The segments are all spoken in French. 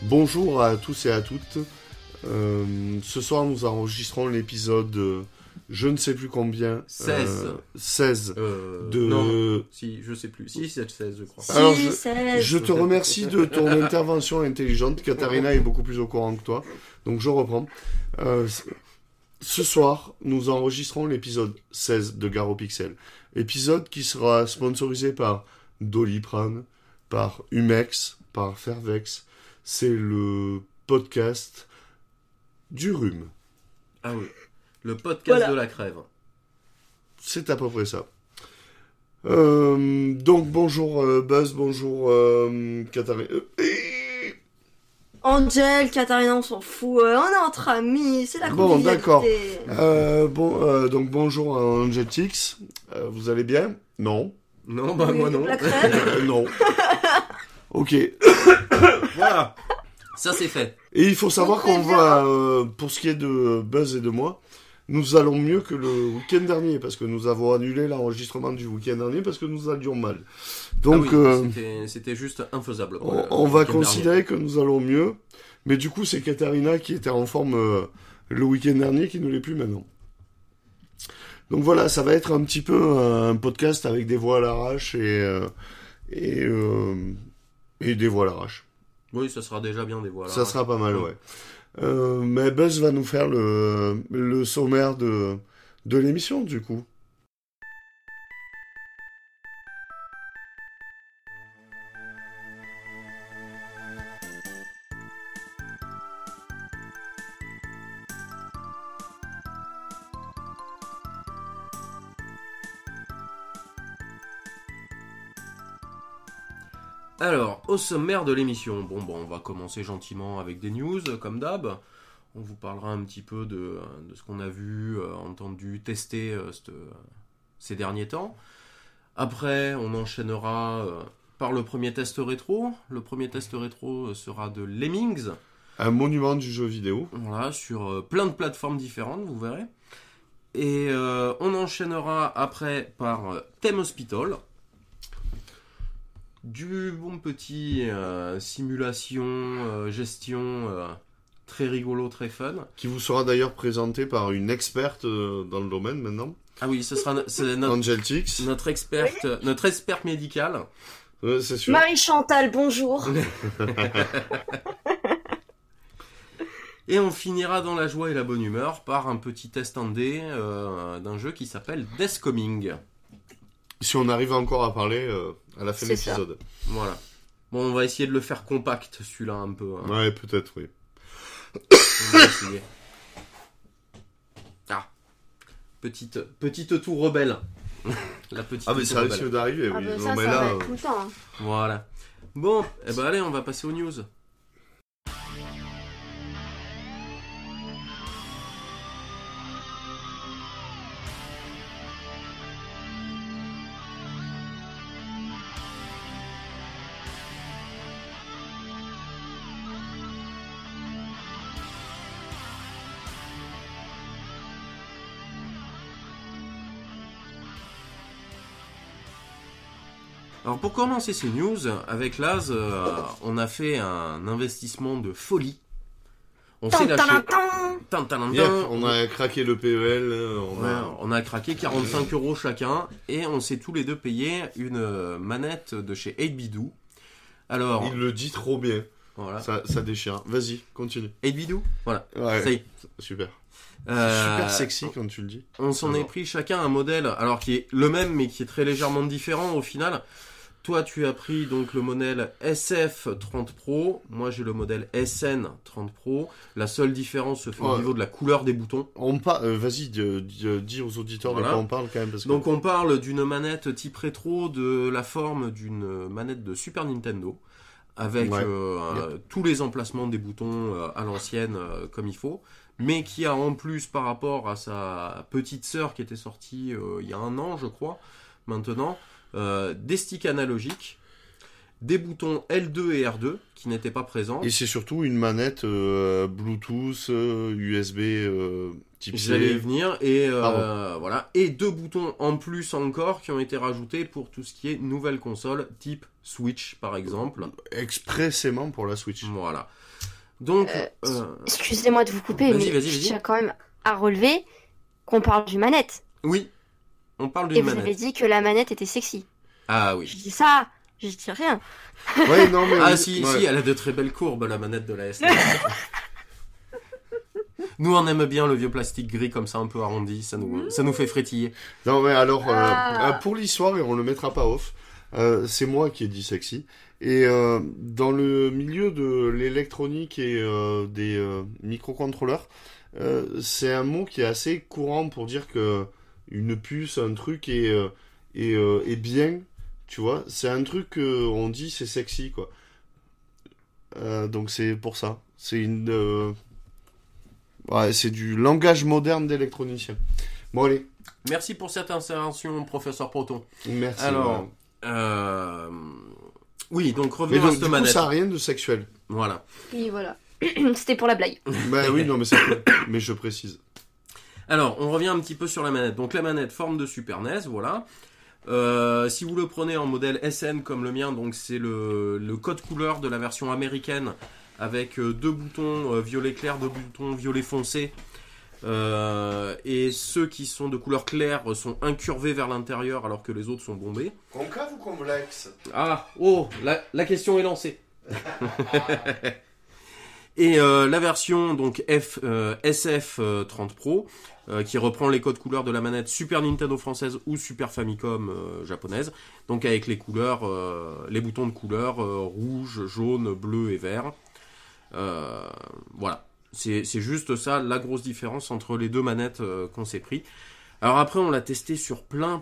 Bonjour à tous et à toutes. Ce soir, nous enregistrons l'épisode je ne sais plus combien. 16. 16. Non, si, je sais plus. Si, c'est 16, je crois. Alors, 16. je te remercie de ton intervention intelligente. Katharina est beaucoup plus au courant que toi. Donc, je reprends. Ce soir, nous enregistrons l'épisode 16 de Garo Pixel. Épisode qui sera sponsorisé par Doliprane, par Humex, par Fervex. C'est le podcast du rhume. Ah oui. Le podcast de la crève. C'est à peu près ça. Donc, bonjour Buzz, bonjour Katharina. Angel, Katharina, on s'en fout. On est entre amis, c'est la Bon, convivialité. d'accord. Donc, bonjour à Angeltix. Vous allez bien ? Non. Non, bah Oui, moi non. La crève. Non. Ok. Voilà. Ça, c'est fait. Et il faut savoir Très qu'on bien. va, pour ce qui est de Buzz et de moi, nous allons mieux que le week-end dernier, parce que nous avons annulé l'enregistrement du week-end dernier, parce que nous allions mal. Donc, Ah oui, c'était juste infaisable. on va considérer que nous allons mieux, mais du coup, c'est Katharina qui était en forme le week-end dernier, qui ne l'est plus maintenant. Donc voilà, ça va être un petit peu un podcast avec des voix à l'arrache et des voix à l'arrache. Oui, ça sera déjà bien des voix. Ça sera pas mal, ouais. Mais Buzz va nous faire le sommaire de l'émission, du coup. Alors, au sommaire de l'émission, bon, on va commencer gentiment avec des news, comme d'hab. On vous parlera un petit peu de ce qu'on a vu, entendu, testé ces derniers temps. Après, on enchaînera par le premier test rétro. Le premier test rétro sera de Lemmings. Un monument du jeu vidéo. Voilà, sur plein de plateformes différentes, vous verrez. Et on enchaînera après par Theme Hospital. Du bon petit simulation, gestion, très rigolo, très fun. Qui vous sera d'ailleurs présenté par une experte dans le domaine maintenant. Ah oui, c'est Angeltix. notre experte médicale. Ouais, c'est sûr. Marie-Chantal, bonjour. Et on finira dans la joie et la bonne humeur par un petit test indé d'un jeu qui s'appelle Death Coming. Si on arrive encore à parler à la fin de C'est ça. l'épisode. Voilà. Bon, on va essayer de le faire compact, celui-là, un peu. Hein. Ouais, peut-être, oui. On va essayer. Ah. Petite tour rebelle. La petite Ah, mais tour ça rebelle. risque d'arriver, Ah oui. bah Non, ça mais va là, être tout le temps. Hein. Voilà. Bon, eh ben allez, on va passer aux news. Alors pour commencer ces news, avec Laz, on a fait un investissement de folie. On s'est lâché. Yep, on a craqué le PEL. On a craqué 45 € chacun et on s'est tous les deux payé une manette de chez 8bidou. Alors, Il le dit trop bien. voilà. Ça déchire. Vas-y, continue. 8bidou, voilà. Ouais, Ça y est. super. Euh, Super sexy quand tu le dis. On s'en est Alors. pris chacun un modèle, alors qui est le même mais qui est très légèrement différent au final. Toi, tu as pris donc le modèle SF30 Pro. Moi, j'ai le modèle SN30 Pro. La seule différence se fait au Ouais. niveau de la couleur des boutons. Vas-y, dis aux auditeurs Voilà. de quoi on parle quand même. Parce que... Donc, on parle d'une manette type rétro de la forme d'une manette de Super Nintendo. Avec Ouais. tous les emplacements des boutons à l'ancienne comme il faut. Mais qui a en plus, par rapport à sa petite sœur qui était sortie il y a 1 an, je crois, maintenant, des sticks analogiques, des boutons L2 et R2 qui n'étaient pas présents. Et c'est surtout une manette Bluetooth, USB type C. J'allais y venir et Pardon. voilà, et 2 boutons en plus encore qui ont été rajoutés pour tout ce qui est nouvelle console type Switch par exemple. Expressément pour la Switch. Voilà. Donc, Excusez-moi de vous couper, Vas-y, mais vas-y, je vas-y. tiens quand même à relever qu'on parle d'une manette. oui, on parle Et d'une vous avez manette. dit que la manette était sexy. Ah oui. Je dis ça, je dis rien. Ouais, non, mais Ah oui, si, ouais. si, elle a de très belles courbes, la manette de la SNES. Nous, on aime bien le vieux plastique gris comme ça, un peu arrondi, ça nous fait frétiller. Non, mais alors, Ah. pour l'histoire, et on le mettra pas off, c'est moi qui ai dit sexy. Et dans le milieu de l'électronique et des microcontrôleurs, c'est un mot qui est assez courant pour dire que une puce, un truc est bien, tu vois. C'est un truc qu'on dit c'est sexy, quoi. Donc c'est pour ça. Ouais, c'est du langage moderne d'électronicien. Bon, allez. Merci pour cette intervention, professeur Proton. Merci. Alors, oui, donc Mais revenons à donc, cette du coup, manette. ça n'a rien de sexuel. Voilà. Oui, voilà. C'était pour la blague. Bah oui, non, mais c'est cool. Mais je précise. Alors, on revient un petit peu sur la manette. Donc la manette, forme de Super NES, voilà. Si vous le prenez en modèle SN comme le mien, donc c'est le code couleur de la version américaine avec deux boutons violet clair, deux boutons violet foncé. Et ceux qui sont de couleur claire sont incurvés vers l'intérieur alors que les autres sont bombés. Concave ou convexe? Ah, oh, la question est lancée. Et la version donc SF30 Pro qui reprend les codes couleurs de la manette Super Nintendo française ou Super Famicom japonaise, donc avec les couleurs, les boutons de couleur rouge, jaune, bleu et vert. Voilà, c'est juste ça la grosse différence entre les deux manettes qu'on s'est pris. Alors après on l'a testé sur plein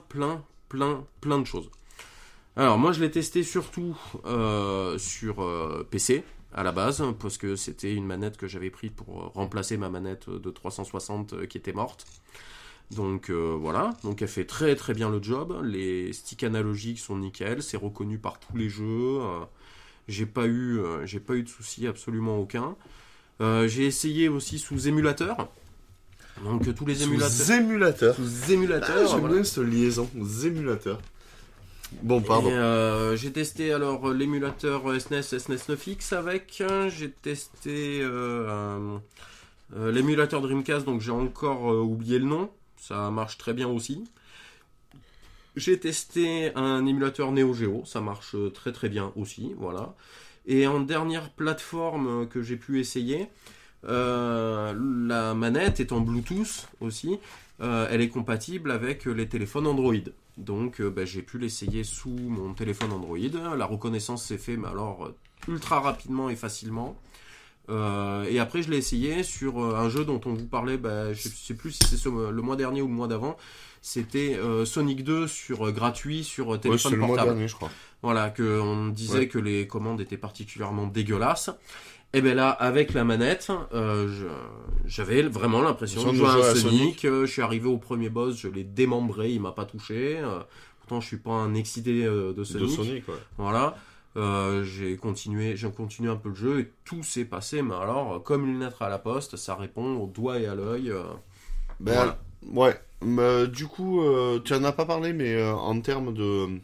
de choses. Alors moi je l'ai testé surtout sur PC à la base, parce que c'était une manette que j'avais prise pour remplacer ma manette de 360 qui était morte. Donc voilà, donc elle fait très très bien le job, les sticks analogiques sont nickel, c'est reconnu par tous les jeux, j'ai pas eu de soucis absolument aucun. J'ai essayé aussi sous émulateur, donc tous les émulateurs. Sous émulateur, J'aime voilà. bien cette liaison. Émulateurs. Bon, pardon. Et, j'ai testé alors l'émulateur SNES 9X avec. J'ai testé l'émulateur Dreamcast, donc j'ai encore oublié le nom. Ça marche très bien aussi. J'ai testé un émulateur Neo Geo, ça marche très très bien aussi, voilà. Et en dernière plateforme que j'ai pu essayer, la manette est en Bluetooth aussi. Elle est compatible avec les téléphones Android. Donc j'ai pu l'essayer sous mon téléphone Android. La reconnaissance s'est faite, mais alors ultra rapidement et facilement. Et après je l'ai essayé sur un jeu dont on vous parlait, je sais plus si c'est le mois dernier ou le mois d'avant. C'était Sonic 2 gratuit sur téléphone c'est le mois portable. dernier, je crois. Voilà, qu'on disait Ouais. que les commandes étaient particulièrement dégueulasses. Et bien là, avec la manette, j'avais vraiment l'impression de jouer à un Sonic. Je suis arrivé au premier boss, je l'ai démembré, il m'a pas touché. Pourtant, je suis pas un excité de Sonic. De Sonic, ouais. Voilà. J'ai continué un peu le jeu et tout s'est passé. Mais alors, comme une lettre à la poste, ça répond au doigt et à l'œil. Ben, Voilà. ouais. Mais, du coup, tu en as pas parlé, mais en termes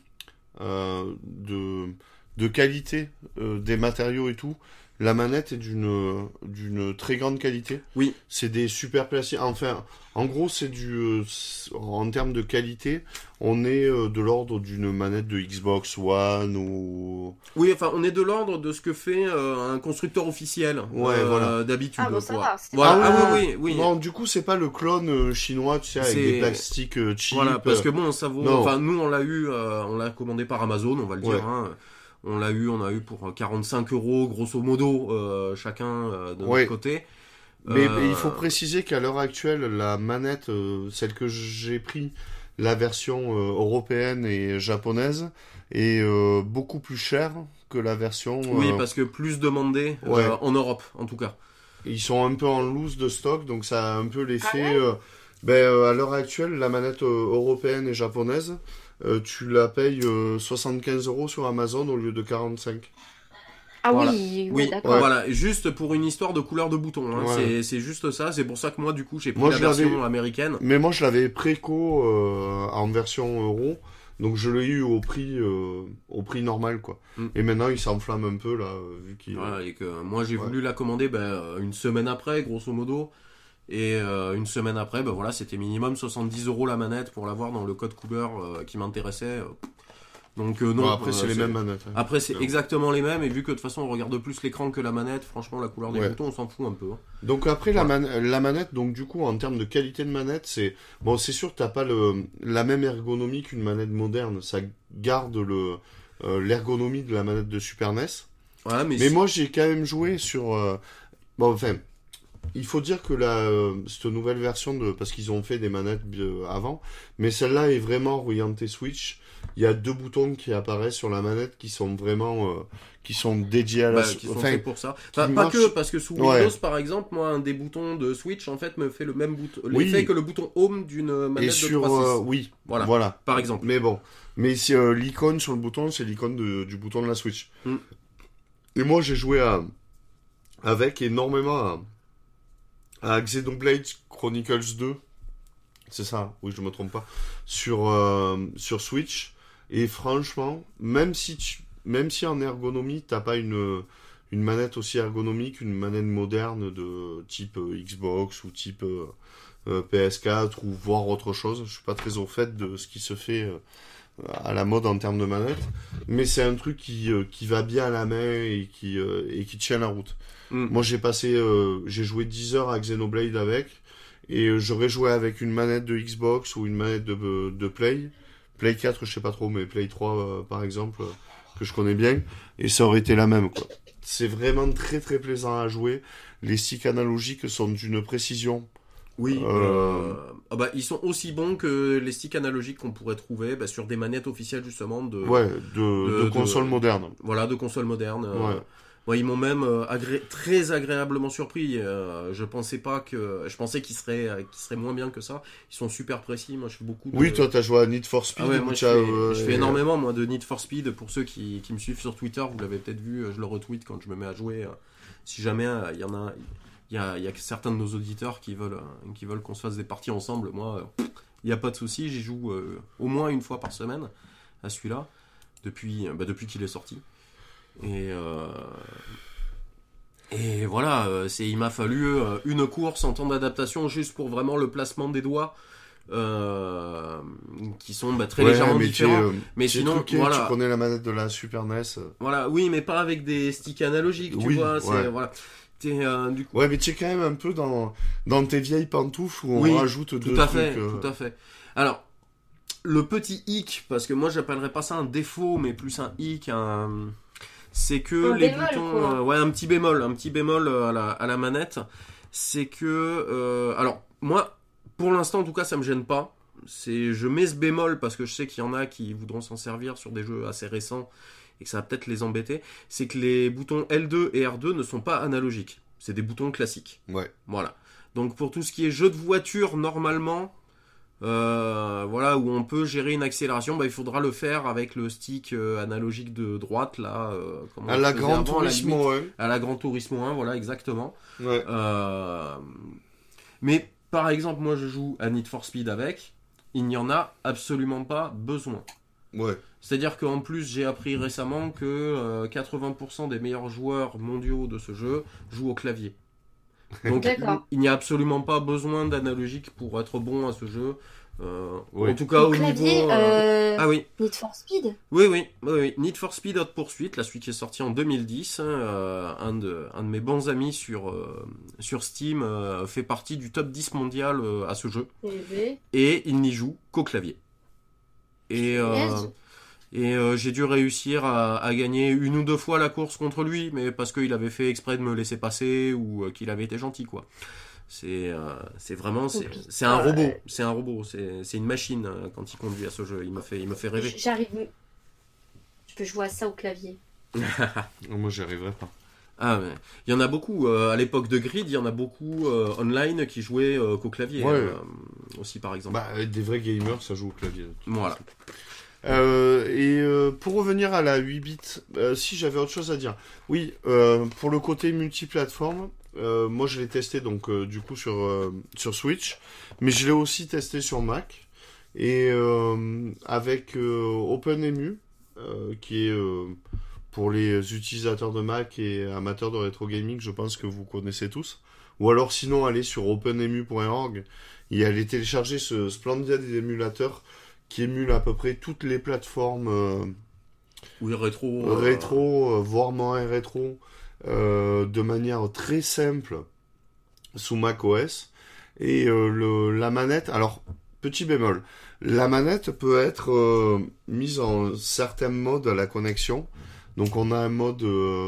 de qualité des matériaux et tout, la manette est d'une très grande qualité. Oui. C'est des super plastiques. Enfin, en gros, c'est en termes de qualité, on est de l'ordre d'une manette de Xbox One ou. Oui, enfin, on est de l'ordre de ce que fait un constructeur officiel. Ouais, voilà. D'habitude. Ah bon, ça quoi. va. c'était Voilà. pas- Ah oui. Non, du coup, c'est pas le clone chinois, tu sais, avec C'est- des plastiques cheap. Voilà, parce que bon, ça vaut. non. Enfin, nous, on l'a eu, on l'a commandé par Amazon, on va le Ouais. dire. Hein. On a eu pour 45 €, grosso modo, chacun de Ouais. notre côté. Mais il faut préciser qu'à l'heure actuelle, la manette, celle que j'ai pris, la version européenne et japonaise, est beaucoup plus chère que la version. Oui, parce que plus demandé Ouais. en Europe, en tout cas. Ils sont un peu en loose de stock, donc ça a un peu l'effet. Ah À l'heure actuelle, la manette européenne et japonaise, tu la payes 75 € sur Amazon au lieu de 45. Ah Voilà. oui, Oui, ouais, d'accord. voilà, juste pour une histoire de couleur de bouton. Hein. Ouais. C'est juste ça. C'est pour ça que moi, du coup, j'ai pris Moi, la je l'avais- version américaine. Mais moi, je l'avais préco en version euro. Donc je l'ai eu au prix normal, quoi. Et maintenant, il s'enflamme un peu, là, vu qu'il... Voilà, et que moi, j'ai voulu la commander une semaine après, grosso modo. Et une semaine après, voilà, c'était minimum 70€ la manette pour l'avoir dans le code couleur qui m'intéressait. Donc non. Bon, après, c'est les mêmes manettes. Hein. Après, c'est exactement les mêmes. Et vu que de toute façon, on regarde plus l'écran que la manette, franchement, la couleur des boutons, on s'en fout un peu. Hein. Donc après, la manette, donc du coup, en termes de qualité de manette, c'est sûr que t'as pas la même ergonomie qu'une manette moderne. Ça garde l'ergonomie de la manette de Super NES. Ouais, mais moi, j'ai quand même joué sur... il faut dire que cette nouvelle version parce qu'ils ont fait des manettes avant, mais celle-là est vraiment orientée Switch. Il y a 2 boutons qui apparaissent sur la manette qui sont vraiment qui sont dédiés à qui sont faits pour ça. Pas que, parce que sous Windows, par exemple, moi, un des boutons de Switch, en fait, me fait le même l'effet que le bouton Home d'une manette de 3.6. Oui, voilà, par exemple. Mais bon, si l'icône sur le bouton, c'est l'icône du bouton de la Switch. Et moi, j'ai joué avec énormément à Xenoblade Chronicles 2. C'est ça, oui, je me trompe pas. Sur Switch. Et franchement, même si en ergonomie, t'as pas une manette aussi ergonomique, une manette moderne de type Xbox ou type PS4 ou voire autre chose. Je suis pas très au fait de ce qui se fait à la mode en termes de manette. Mais c'est un truc qui va bien à la main et qui tient la route. Moi, j'ai joué 10 heures à Xenoblade avec. Et j'aurais joué avec une manette de Xbox ou une manette de Play. Play 4, je sais pas trop, mais Play 3, par exemple, que je connais bien. Et ça aurait été la même, quoi. C'est vraiment très très plaisant à jouer. Les sticks analogiques sont d'une précision. Oui. Ils sont aussi bons que les sticks analogiques qu'on pourrait trouver sur des manettes officielles, justement, de consoles modernes. Voilà, de consoles modernes. Ils m'ont même très agréablement surpris. Je pensais qu'ils seraient moins bien que ça. Ils sont super précis. Moi, je fais beaucoup. Oui, toi, t'as joué à Need for Speed. Moi, je fais énormément moi de Need for Speed. Pour ceux qui me suivent sur Twitter, vous l'avez peut-être vu. Je le retweet quand je me mets à jouer. Si jamais il y a certains de nos auditeurs qui veulent qu'on se fasse des parties ensemble, moi, il n'y a pas de souci. J'y joue au moins une fois par semaine à celui-là depuis qu'il est sorti. Et voilà, il m'a fallu une course en temps d'adaptation juste pour vraiment le placement des doigts qui sont très légèrement différents. Mais sinon, truqué, voilà. Tu prenais la manette de la Super NES. Voilà, oui, mais pas avec des sticks analogiques, tu vois. Voilà. Du coup... Ouais, mais tu es quand même un peu dans tes vieilles pantoufles où on rajoute deux trucs. Tout à fait. Alors, le petit hic, parce que moi j'appellerais pas ça un défaut, mais plus un hic, c'est que les boutons, un petit bémol à la manette, c'est que, alors moi, pour l'instant en tout cas, ça me gêne pas. Je mets ce bémol parce que je sais qu'il y en a qui voudront s'en servir sur des jeux assez récents et que ça va peut-être les embêter. C'est que les boutons L2 et R2 ne sont pas analogiques. C'est des boutons classiques. Ouais. Voilà. Donc pour tout ce qui est jeu de voiture, normalement. Où on peut gérer une accélération, il faudra le faire avec le stick analogique de droite là. À la Gran Turismo 1. À la Gran Turismo 1, voilà, exactement. Ouais. Mais par exemple, moi je joue à Need for Speed avec, il n'y en a absolument pas besoin. Ouais. C'est-à-dire qu'en plus, j'ai appris récemment que 80% des meilleurs joueurs mondiaux de ce jeu jouent au clavier. Donc il n'y a absolument pas besoin d'analogique pour être bon à ce jeu. En tout cas au clavier, niveau... Ah oui. Need for Speed. Oui. Need for Speed Hot Pursuit, la suite qui est sortie en 2010. Un de mes bons amis sur Steam fait partie du top 10 mondial à ce jeu. Et il n'y joue qu'au clavier. Et j'ai dû réussir à gagner une ou deux fois la course contre lui, mais parce qu'il avait fait exprès de me laisser passer ou qu'il avait été gentil, quoi. C'est un robot, c'est une machine quand il conduit à ce jeu. Il me fait rêver. Je peux jouer à ça au clavier. Moi, j'y arriverai pas. Ah, mais il y en a beaucoup à l'époque de Grid, il y en a beaucoup online qui jouaient qu'au clavier aussi, par exemple. Des vrais gamers, ça joue au clavier. Voilà. Pour revenir à la 8 bits, si j'avais autre chose à dire. Oui, pour le côté multiplateforme, moi je l'ai testé donc du coup sur Switch, mais je l'ai aussi testé sur Mac. et avec OpenEMU, qui est pour les utilisateurs de Mac et amateurs de rétro gaming, je pense que vous connaissez tous. Ou alors sinon, allez sur openemu.org et allez télécharger ce splendide émulateur qui émule à peu près toutes les plateformes Oui, rétro. rétro, voire moins rétro, de manière très simple sous macOS. Et la manette, alors, petit bémol, la manette peut être mise en certains modes à la connexion. Donc on a un mode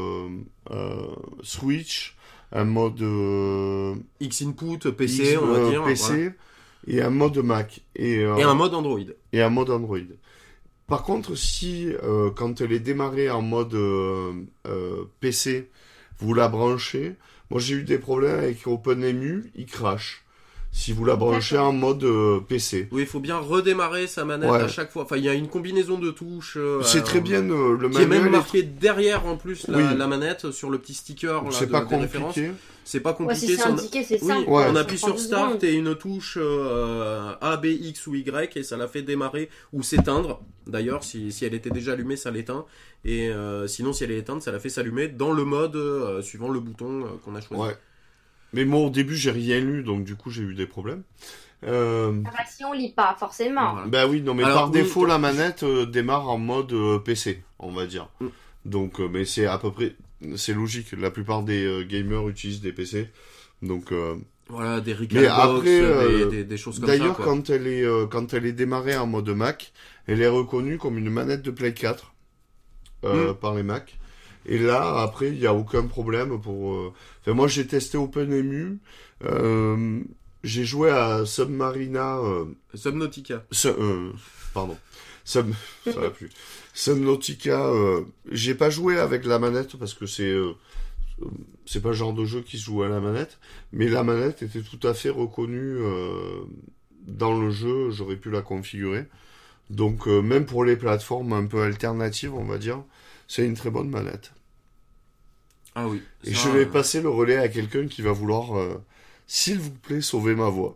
Switch, un mode X-Input, PC, on va dire. PC, Voilà. et un mode Mac. Et un mode Android. Et un mode Android. Par contre, si quand elle est démarrée en mode PC, vous la branchez, moi j'ai eu des problèmes avec OpenEMU, il crache. Si vous la branchez en mode PC. Oui, il faut bien redémarrer sa manette Ouais. à chaque fois. Enfin, il y a une combinaison de touches. C'est très bien le Qui est manuel. même marqué derrière en plus Oui. la manette sur le petit sticker là, C'est pas des références. compliqué. C'est pas Ouais, compliqué. si c'est ça, indiqué, c'est Oui, simple. Ouais. on Ça appuie prend sur 2 Start secondes. et une touche A, B, X ou Y et ça la fait démarrer ou s'éteindre. D'ailleurs, si elle était déjà allumée, ça l'éteint. Et sinon, si elle est éteinte, ça la fait s'allumer dans le mode suivant le bouton qu'on a choisi. Ouais. Mais moi au début j'ai rien lu, donc du coup j'ai eu des problèmes. Ah bah, si on lit pas, forcément. Voilà. Bah oui, non mais Alors, par oui, défaut la manette démarre en mode PC, on va dire. Mm. Donc mais c'est à peu près, c'est logique. La plupart des gamers utilisent des PC, donc. Voilà, des Mais Recalbox, après, des choses comme ça. D'ailleurs, quoi. quand elle est démarrée en mode Mac, elle est reconnue comme une manette de Play 4 par les Mac. Et là, après, il n'y a aucun problème pour. Enfin, moi, j'ai testé OpenEMU. J'ai joué à Submarina. Subnautica. Pardon. Ça va plus. Subnautica. J'ai pas joué avec la manette parce que c'est pas le genre de jeu qui se joue à la manette, mais la manette était tout à fait reconnue dans le jeu, j'aurais pu la configurer. Donc même pour les plateformes un peu alternatives, on va dire, c'est une très bonne manette. Ah oui. Et ça, je vais passer le relais à quelqu'un qui va vouloir, s'il vous plaît, sauver ma voix.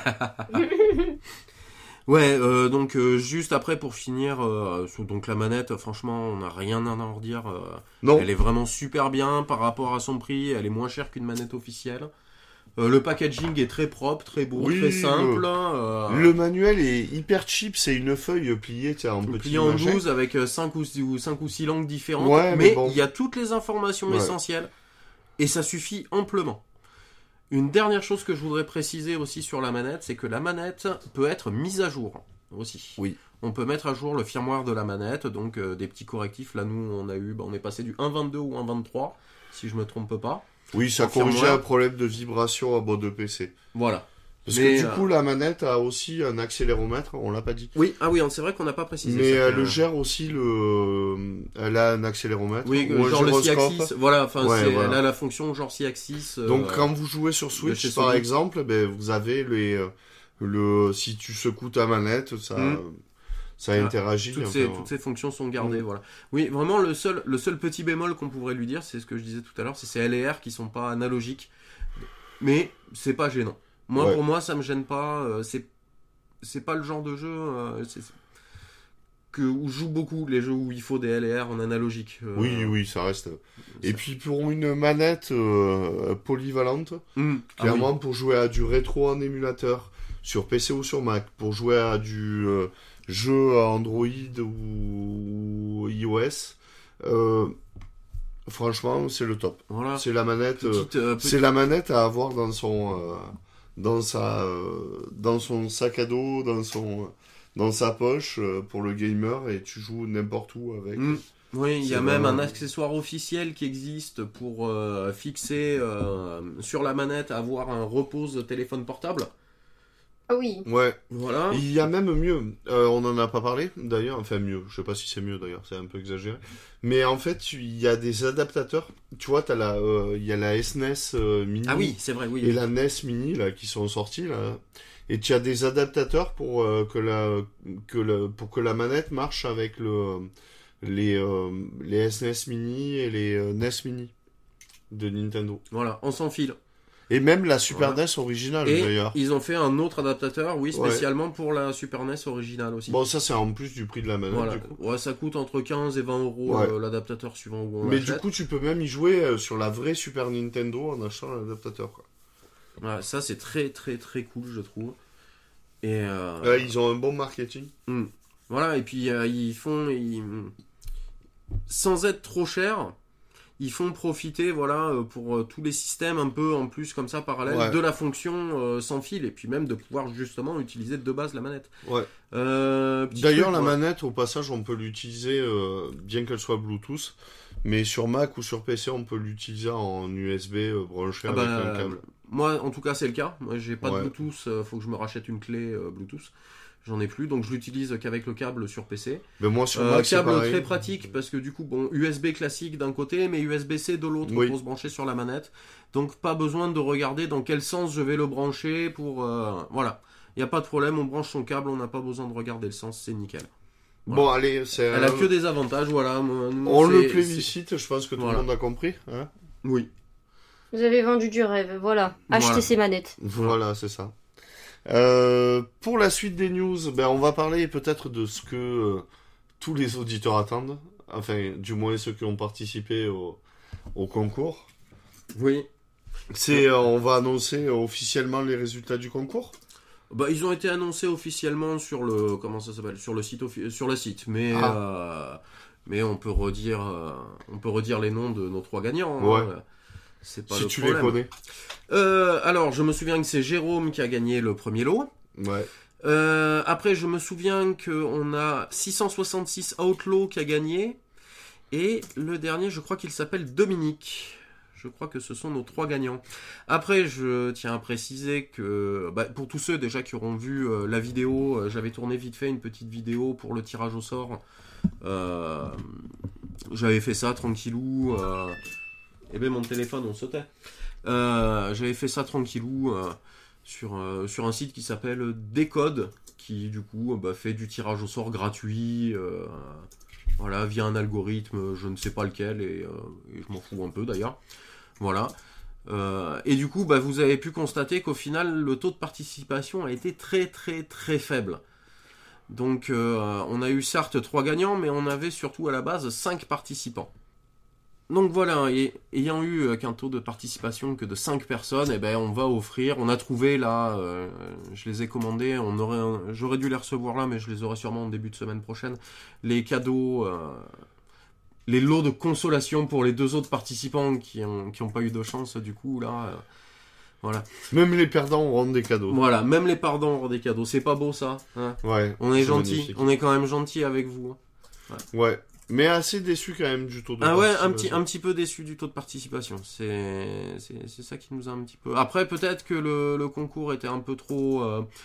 Ouais, donc juste après pour finir, donc la manette, franchement, on n'a rien à en redire. Non, Elle est vraiment super bien par rapport à son prix. Elle est moins chère qu'une manette officielle. Le packaging est très propre, très beau, Oui, très simple. le manuel est hyper cheap, c'est une feuille pliée, tu sais, en petit plié en machin. 12 avec 5 ou 6 langues différentes. Ouais, mais mais bon. il y a toutes les informations Ouais. essentielles. Et ça suffit amplement. Une dernière chose que je voudrais préciser aussi sur la manette, c'est que la manette peut être mise à jour aussi. Oui. On peut mettre à jour le firmware de la manette, donc des petits correctifs. Là, nous, on est passé du 1.22 ou 1.23, si je me trompe pas. Oui, ça Au firmware. corrigeait un problème de vibration à bord de PC. Voilà. Parce Mais, que du coup, la manette a aussi un accéléromètre, on l'a pas dit. Oui, c'est vrai qu'on n'a pas précisé. Mais ça, elle que- le gère aussi elle a un accéléromètre. Oui, ou un genre le gyroscope. C-axis. Voilà, enfin, Ouais, voilà. elle a la fonction genre C-axis. Donc quand vous jouez sur chez Switch, par Sony. exemple, ben, vous avez si tu secoues ta manette, ça Ah, interagit. toutes enfin, ces fonctions sont gardées, Mm. voilà. Oui, vraiment, le seul petit bémol qu'on pourrait lui dire, c'est ce que je disais tout à l'heure, c'est ces LR qui sont pas analogiques. Mais c'est pas gênant. Moi, Ouais. pour moi, ça me gêne pas. C'est pas le genre de jeu où je joue beaucoup, les jeux où il faut des LR en analogique. Oui, ça reste. Et puis pour une manette polyvalente, clairement pour jouer à du rétro en émulateur, sur PC ou sur Mac, pour jouer à du jeu à Android ou iOS, franchement, c'est le top. Voilà. C'est la manette. Petite- C'est la manette à avoir dans son sac à dos, dans sa poche pour le gamer, et tu joues n'importe où avec. Oui, il y a C'est même vraiment- un accessoire officiel qui existe pour fixer sur la manette, avoir un repose téléphone portable. Ah oui. Ouais. Voilà. Il y a même mieux. On en a pas parlé d'ailleurs. Enfin mieux. Je sais pas si c'est mieux d'ailleurs. C'est un peu exagéré. Mais en fait, il y a des adaptateurs. Tu vois, il y a la SNES Mini. Ah oui, c'est vrai, oui. Et la NES Mini là qui sont sortis là. Et tu as des adaptateurs pour pour que la manette marche avec les SNES Mini et les NES Mini de Nintendo. Voilà, on s'enfile. Et même la Super Voilà. NES originale, Et d'ailleurs. ils ont fait un autre adaptateur, oui, Ouais. spécialement pour la Super NES originale aussi. Bon, ça, c'est en plus du prix de la manette, Voilà. du coup. Ouais, ça coûte entre 15 et 20 euros Ouais. l'adaptateur suivant où on Mais l'achète. du coup, tu peux même y jouer sur la vraie Super Nintendo en achetant l'adaptateur, quoi. Ouais, ça c'est très très très cool, je trouve. Et Ils ont un bon marketing. voilà, et puis sans être trop cher, ils font profiter, voilà, pour tous les systèmes un peu en plus comme ça parallèle Ouais. de la fonction sans fil, et puis même de pouvoir justement utiliser de base la manette. Ouais. Petit D'ailleurs, truc, la voilà. manette, au passage, on peut l'utiliser, bien qu'elle soit Bluetooth, mais sur Mac ou sur PC, on peut l'utiliser en USB branché Ah avec bah, un câble. moi, en tout cas, c'est le cas. Moi, j'ai pas Ouais. de Bluetooth. Faut que je me rachète une clé Bluetooth. J'en ai plus, donc je l'utilise qu'avec le câble sur PC. Mais moi, sur Mac, c'est Câble pareil. très pratique parce que du coup, bon, USB classique d'un côté, mais USB-C de l'autre Oui. pour se brancher sur la manette. Donc pas besoin de regarder dans quel sens je vais le brancher pour. Voilà, il y a pas de problème. On branche son câble, on n'a pas besoin de regarder le sens, c'est nickel. Voilà. Bon, allez, c'est Elle a que des avantages, voilà. on le plébiscite, je pense que tout Voilà. le monde a compris. Hein, Oui. Vous avez vendu du rêve, voilà. Achetez Voilà. ces manettes. voilà, c'est ça. Pour la suite des news, ben, on va parler peut-être de ce que tous les auditeurs attendent. Enfin, du moins ceux qui ont participé au concours. Oui. On va annoncer officiellement les résultats du concours. Bah, ils ont été annoncés officiellement sur le sur le site, mais on peut redire les noms de nos 3 gagnants. Ouais. Hein. C'est pas Si le tu problème. les connais. Alors, je me souviens que c'est Jérôme qui a gagné le premier lot. Ouais. Après, je me souviens qu'on a 666 Outlaw qui a gagné. Et le dernier, je crois qu'il s'appelle Dominique. Je crois que ce sont nos 3 gagnants. Après, je tiens à préciser que pour tous ceux déjà qui auront vu la vidéo, j'avais tourné vite fait une petite vidéo pour le tirage au sort. J'avais fait ça tranquillou. Et bien mon téléphone, on sautait. J'avais fait ça tranquillou sur un site qui s'appelle Décode, qui du coup fait du tirage au sort gratuit. Voilà, via un algorithme, je ne sais pas lequel, et je m'en fous un peu d'ailleurs. Voilà. Et du coup, vous avez pu constater qu'au final, le taux de participation a été très très très faible. Donc, on a eu certes 3 gagnants, mais on avait surtout à la base 5 participants. Donc voilà, et ayant eu qu'un taux de participation que de 5 personnes, on va offrir, on a trouvé là, je les ai commandés, j'aurais dû les recevoir là, mais je les aurai sûrement en début de semaine prochaine, les cadeaux, les lots de consolation pour les 2 autres participants qui ont pas eu de chance du coup là, voilà. Même les perdants auront des cadeaux. Voilà, même les pardons auront des cadeaux, c'est pas beau ça, hein. Ouais. On est c'est gentil, magnifique. on est quand même gentil avec vous. Ouais. Mais assez déçu quand même du taux de Ah ouais, participation. un petit peu déçu du taux de participation. C'est ça qui nous a un petit peu. Après, peut-être que le concours était un peu trop,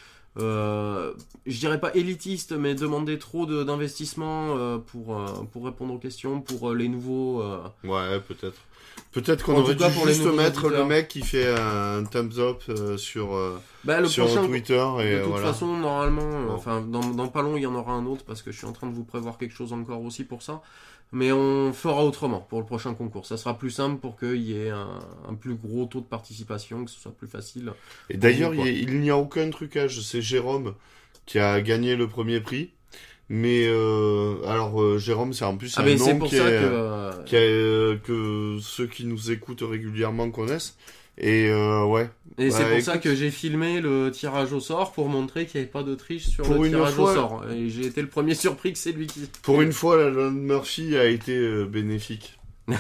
je dirais pas élitiste, mais demandait trop d'investissement pour répondre aux questions, pour les nouveaux. Ouais, peut-être. Peut-être qu'on En aurait tout cas, dû pour les juste nouveaux mettre auditeurs. le mec qui fait un thumbs up sur Le prochain. Twitter et De toute voilà. façon, normalement, Bon. enfin, dans pas long, il y en aura un autre parce que je suis en train de vous prévoir quelque chose encore aussi pour ça. Mais on fera autrement pour le prochain concours. Ça sera plus simple pour qu'il y ait un plus gros taux de participation, que ce soit plus facile. Et d'ailleurs, Quoi. il n'y a aucun trucage. C'est Jérôme qui a gagné le premier prix. Mais Jérôme, c'est en plus un Ah, mais c'est nom pour qui ça est, que. que ceux qui nous écoutent régulièrement connaissent. Et ouais. Et c'est Bah, pour ça écoute. que j'ai filmé le tirage au sort pour montrer qu'il n'y avait pas de triche sur Pour le une tirage fois- au sort. Et j'ai été le premier surpris que c'est lui qui. Pour une fois, la Lone Murphy a été bénéfique.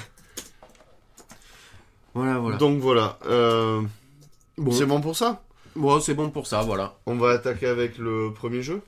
Voilà. Donc voilà. Bon. C'est bon pour ça. Bon, c'est bon pour ça, voilà. On va attaquer avec le premier jeu.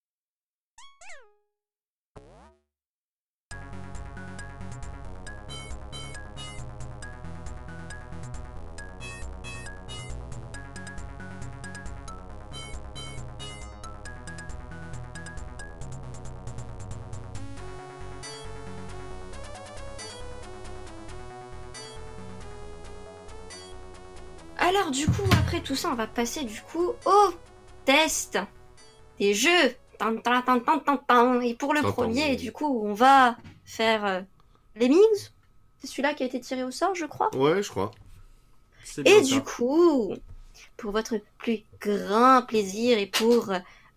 Alors du coup, après tout ça, on va passer du coup au test des jeux. Tan, tan, tan, tan, tan, tan. Et pour le Tan, tan, premier, tan. du coup, on va faire Lemmings. C'est celui-là qui a été tiré au sort, je crois. Ouais, je crois. C'est bien Et ça. du coup, pour votre plus grand plaisir et pour,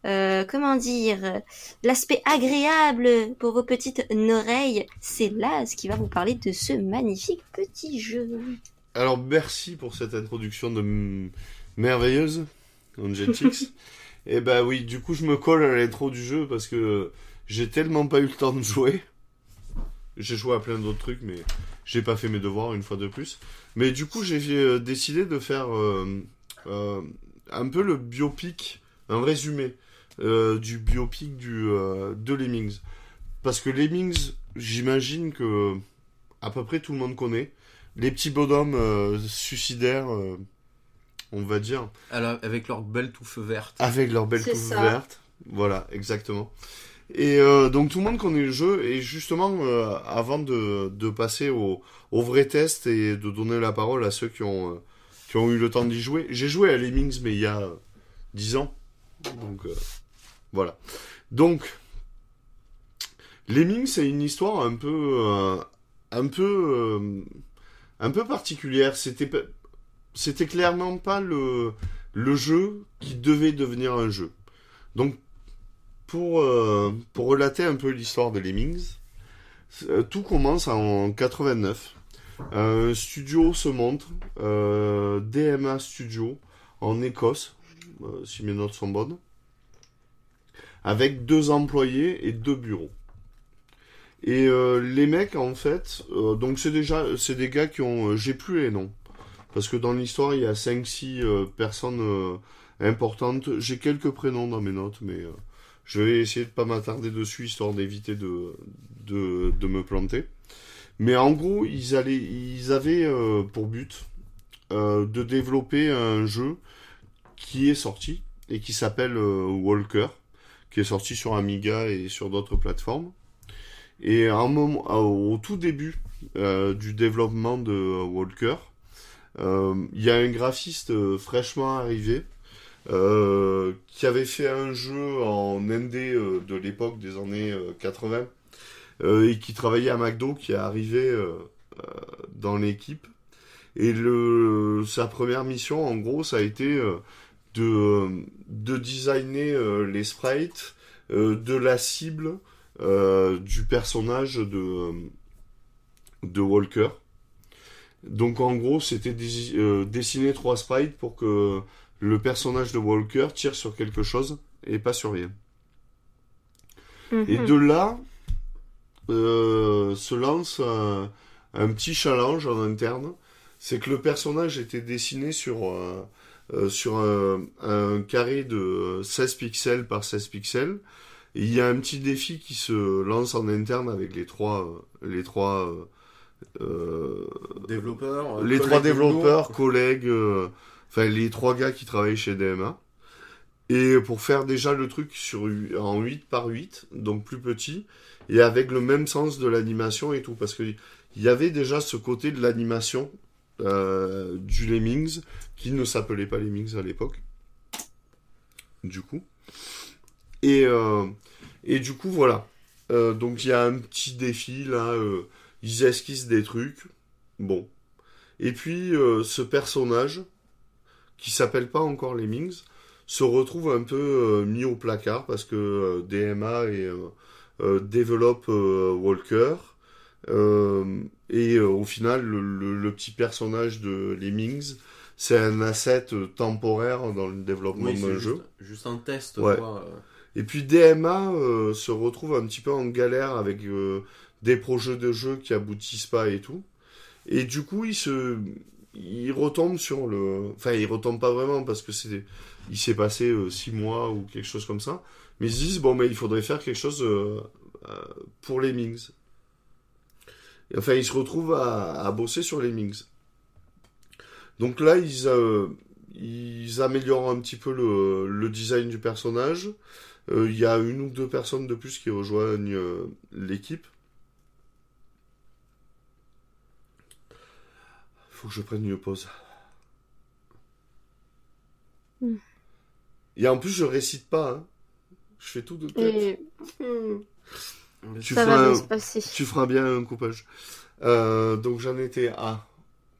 l'aspect agréable pour vos petites oreilles, c'est Laz qui va vous parler de ce magnifique petit jeu. Alors, merci pour cette introduction merveilleuse, Angeltix. Et bah oui, du coup, je me colle à l'intro du jeu parce que j'ai tellement pas eu le temps de jouer. J'ai joué à plein d'autres trucs, mais j'ai pas fait mes devoirs une fois de plus. Mais du coup, j'ai décidé de faire un peu le biopic, un résumé du biopic de Lemmings. Parce que Lemmings, j'imagine que à peu près tout le monde connaît. Les petits bonhommes suicidaires, on va dire. Alors, avec leur belle touffe verte. Avec leur belle C'est touffe ça. verte. Voilà, exactement. Et donc tout le monde connaît le jeu. Et justement, avant de passer au vrai test et de donner la parole à ceux qui ont eu le temps d'y jouer, j'ai joué à Lemmings, mais il y a 10 ans. Donc voilà. Donc, Lemmings, c'est une histoire un peu particulière. C'était clairement pas le jeu qui devait devenir un jeu. Donc, pour relater un peu l'histoire de Lemmings, tout commence en 89. Un studio se montre, DMA Studio, en Écosse, si mes notes sont bonnes, avec 2 employés et 2 bureaux. Et les mecs, en fait, donc c'est des gars qui ont... j'ai plus les noms. Parce que dans l'histoire, il y a 5-6 personnes importantes. J'ai quelques prénoms dans mes notes, mais je vais essayer de pas m'attarder dessus, histoire d'éviter de me planter. Mais en gros, ils avaient pour but de développer un jeu qui est sorti, et qui s'appelle Walker, qui est sorti sur Amiga et sur d'autres plateformes. Et au tout début du développement de Walker, il y a un graphiste fraîchement arrivé qui avait fait un jeu en indé de l'époque des années 80 et qui travaillait à McDo, qui est arrivé dans l'équipe. Et sa première mission, en gros, ça a été de designer les sprites de la cible du personnage de Walker. Donc en gros, c'était dessiner 3 sprites pour que le personnage de Walker tire sur quelque chose et pas sur rien. Et de là se lance un petit challenge en interne. C'est que le personnage était dessiné sur un carré de 16 pixels par 16 pixels. Et il y a un petit défi qui se lance en interne avec les trois développeurs, collègues, enfin les 3 gars qui travaillent chez DMA. Et pour faire déjà le truc en 8 par 8, donc plus petit, et avec le même sens de l'animation et tout, parce que il y avait déjà ce côté de l'animation du Lemmings, qui ne s'appelait pas Lemmings à l'époque, du coup. Et du coup, voilà. Donc il y a un petit défi, là, ils esquissent des trucs, bon. Et puis, ce personnage, qui s'appelle pas encore Lemmings, se retrouve un peu mis au placard, parce que DMA développe Walker, et au final, le petit personnage de Lemmings, c'est un asset temporaire dans le développement d'un jeu. Juste un test, ouais. Quoi. Et puis DMA se retrouve un petit peu en galère avec des projets de jeux qui aboutissent pas et tout. Et du coup, il retombe sur le... Enfin, il retombe pas vraiment parce que il s'est passé 6 mois ou quelque chose comme ça. Mais ils se disent, bon, mais il faudrait faire quelque chose pour Lemmings. Et enfin, ils se retrouvent à bosser sur Lemmings. Donc là, ils améliorent un petit peu le design du personnage. Il y a 1 ou 2 personnes de plus qui rejoignent l'équipe. Faut que je prenne une pause. Et en plus, je récite pas. Hein. Je fais tout de tête. Ça va bien se passer. Tu feras bien un coupage. Donc j'en étais à...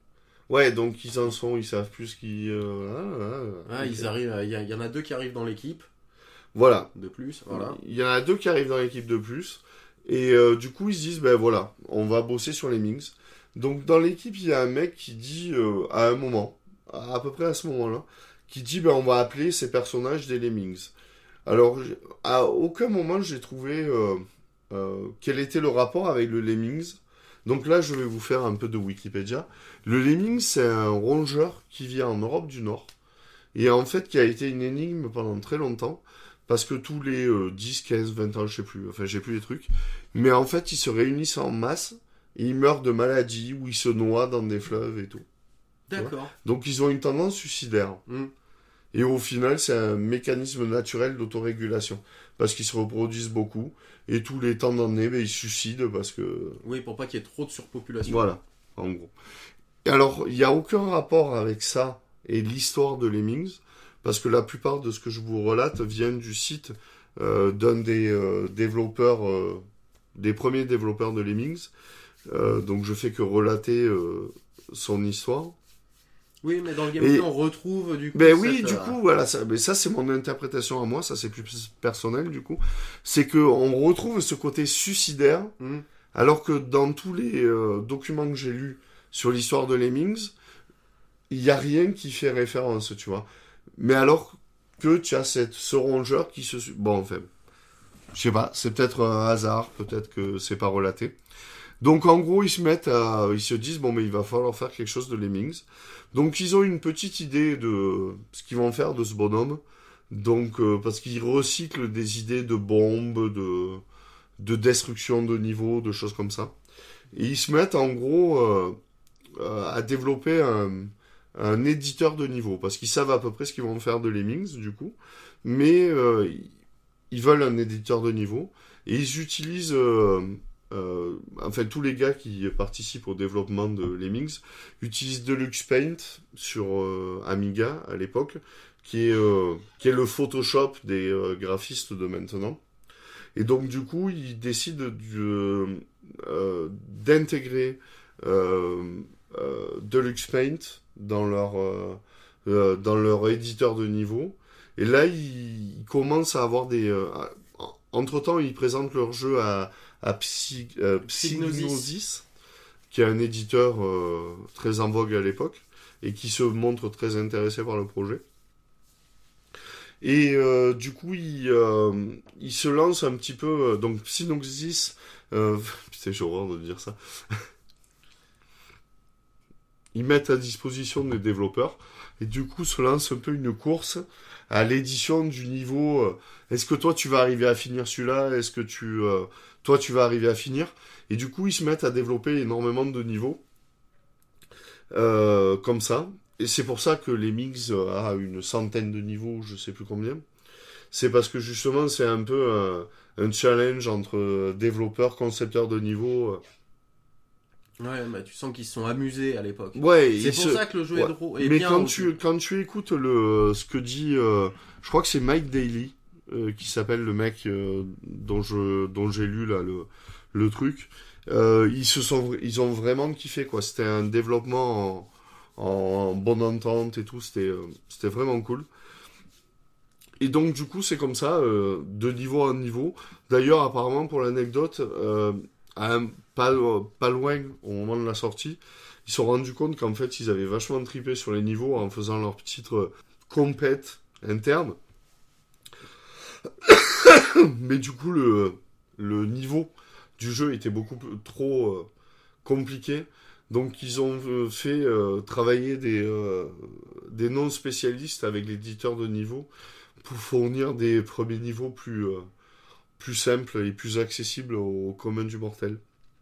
Ouais, donc ils en sont, ils savent plus qui. Ils arrivent, il y en a 2 qui arrivent dans l'équipe, Voilà. de plus, voilà. Il y en a 2 qui arrivent dans l'équipe de plus. Et du coup, ils se disent, ben voilà, on va bosser sur les Mings. Donc dans l'équipe, il y a un mec qui dit, à un moment, à peu près à ce moment-là, qui dit, ben on va appeler ces personnages des Lemmings. Alors, à aucun moment, j'ai trouvé quel était le rapport avec le Lemmings. Donc là, je vais vous faire un peu de Wikipédia. Le Lemmings, c'est un rongeur qui vit en Europe du Nord. Et en fait, qui a été une énigme pendant très longtemps. Parce que tous les 10, 15, 20 ans, je sais plus, enfin j'ai plus les trucs. Mais en fait, ils se réunissent en masse et ils meurent de maladie ou ils se noient dans des fleuves et tout. D'accord. Donc ils ont une tendance suicidaire. Et au final, c'est un mécanisme naturel d'autorégulation. Parce qu'ils se reproduisent beaucoup. Et tous les temps d'année, ben, ils se suicident parce que... Oui, pour pas qu'il y ait trop de surpopulation. Voilà, en gros. Et alors, il n'y a aucun rapport avec ça et l'histoire de Lemmings. Parce que la plupart de ce que je vous relate viennent du site d'un des développeurs, des premiers développeurs de Lemmings. Donc je fais que relater son histoire. Oui, mais dans le gameplay, on retrouve du coup... Ben oui, du coup, voilà, mais ça c'est mon interprétation à moi, ça c'est plus personnel du coup. C'est qu'on retrouve ce côté suicidaire, alors que dans tous les documents que j'ai lus sur l'histoire de Lemmings, il n'y a rien qui fait référence, tu vois. Mais alors que tu as ce rongeur qui se... Bon, enfin, je sais pas, c'est peut-être un hasard, peut-être que c'est pas relaté. Donc en gros, ils se disent, bon, mais il va falloir faire quelque chose de Lemmings. Donc ils ont une petite idée de ce qu'ils vont faire de ce bonhomme. Donc, parce qu'ils recyclent des idées de bombes, de destruction de niveaux, de choses comme ça. Et ils se mettent en gros à développer un éditeur de niveau, parce qu'ils savent à peu près ce qu'ils vont faire de Lemmings, du coup, mais ils veulent un éditeur de niveau, et ils utilisent, enfin tous les gars qui participent au développement de Lemmings, utilisent Deluxe Paint sur Amiga, à l'époque, qui est le Photoshop des graphistes de maintenant. Et donc du coup, ils décident d'intégrer Deluxe Paint dans leur éditeur de niveau. Et là, ils commencent à avoir des... entre-temps, ils présentent leur jeu à Psygnosis, qui est un éditeur très en vogue à l'époque, et qui se montre très intéressé par le projet. Et du coup, ils se lancent un petit peu... donc, Psygnosis... putain, j'ai horreur de dire ça. Ils mettent à disposition des développeurs et du coup se lance un peu une course à l'édition du niveau. Est-ce que toi tu vas arriver à finir celui-là? Est-ce que toi tu vas arriver à finir? Et du coup ils se mettent à développer énormément de niveaux comme ça. Et c'est pour ça que Lemmings a une centaine de niveaux, je sais plus combien. C'est parce que justement c'est un peu un challenge entre développeurs, concepteurs de niveaux. Ouais, bah, tu sens qu'ils se sont amusés à l'époque. Ouais, c'est pour ça que le jeu est drôle. Mais quand tu écoutes ce que dit, je crois que c'est Mike Daly qui s'appelle le mec dont j'ai lu là le truc. Ils ont vraiment kiffé quoi. C'était un développement en bonne entente et tout. C'était vraiment cool. Et donc du coup c'est comme ça de niveau en niveau. D'ailleurs apparemment pour l'anecdote. Pas loin au moment de la sortie, ils se sont rendus compte qu'en fait ils avaient vachement trippé sur les niveaux en faisant leur petite compète interne. Mais du coup le niveau du jeu était beaucoup trop compliqué. Donc ils ont fait travailler des non-spécialistes avec l'éditeur de niveau pour fournir des premiers niveaux plus simple et plus accessible au commun du mortel.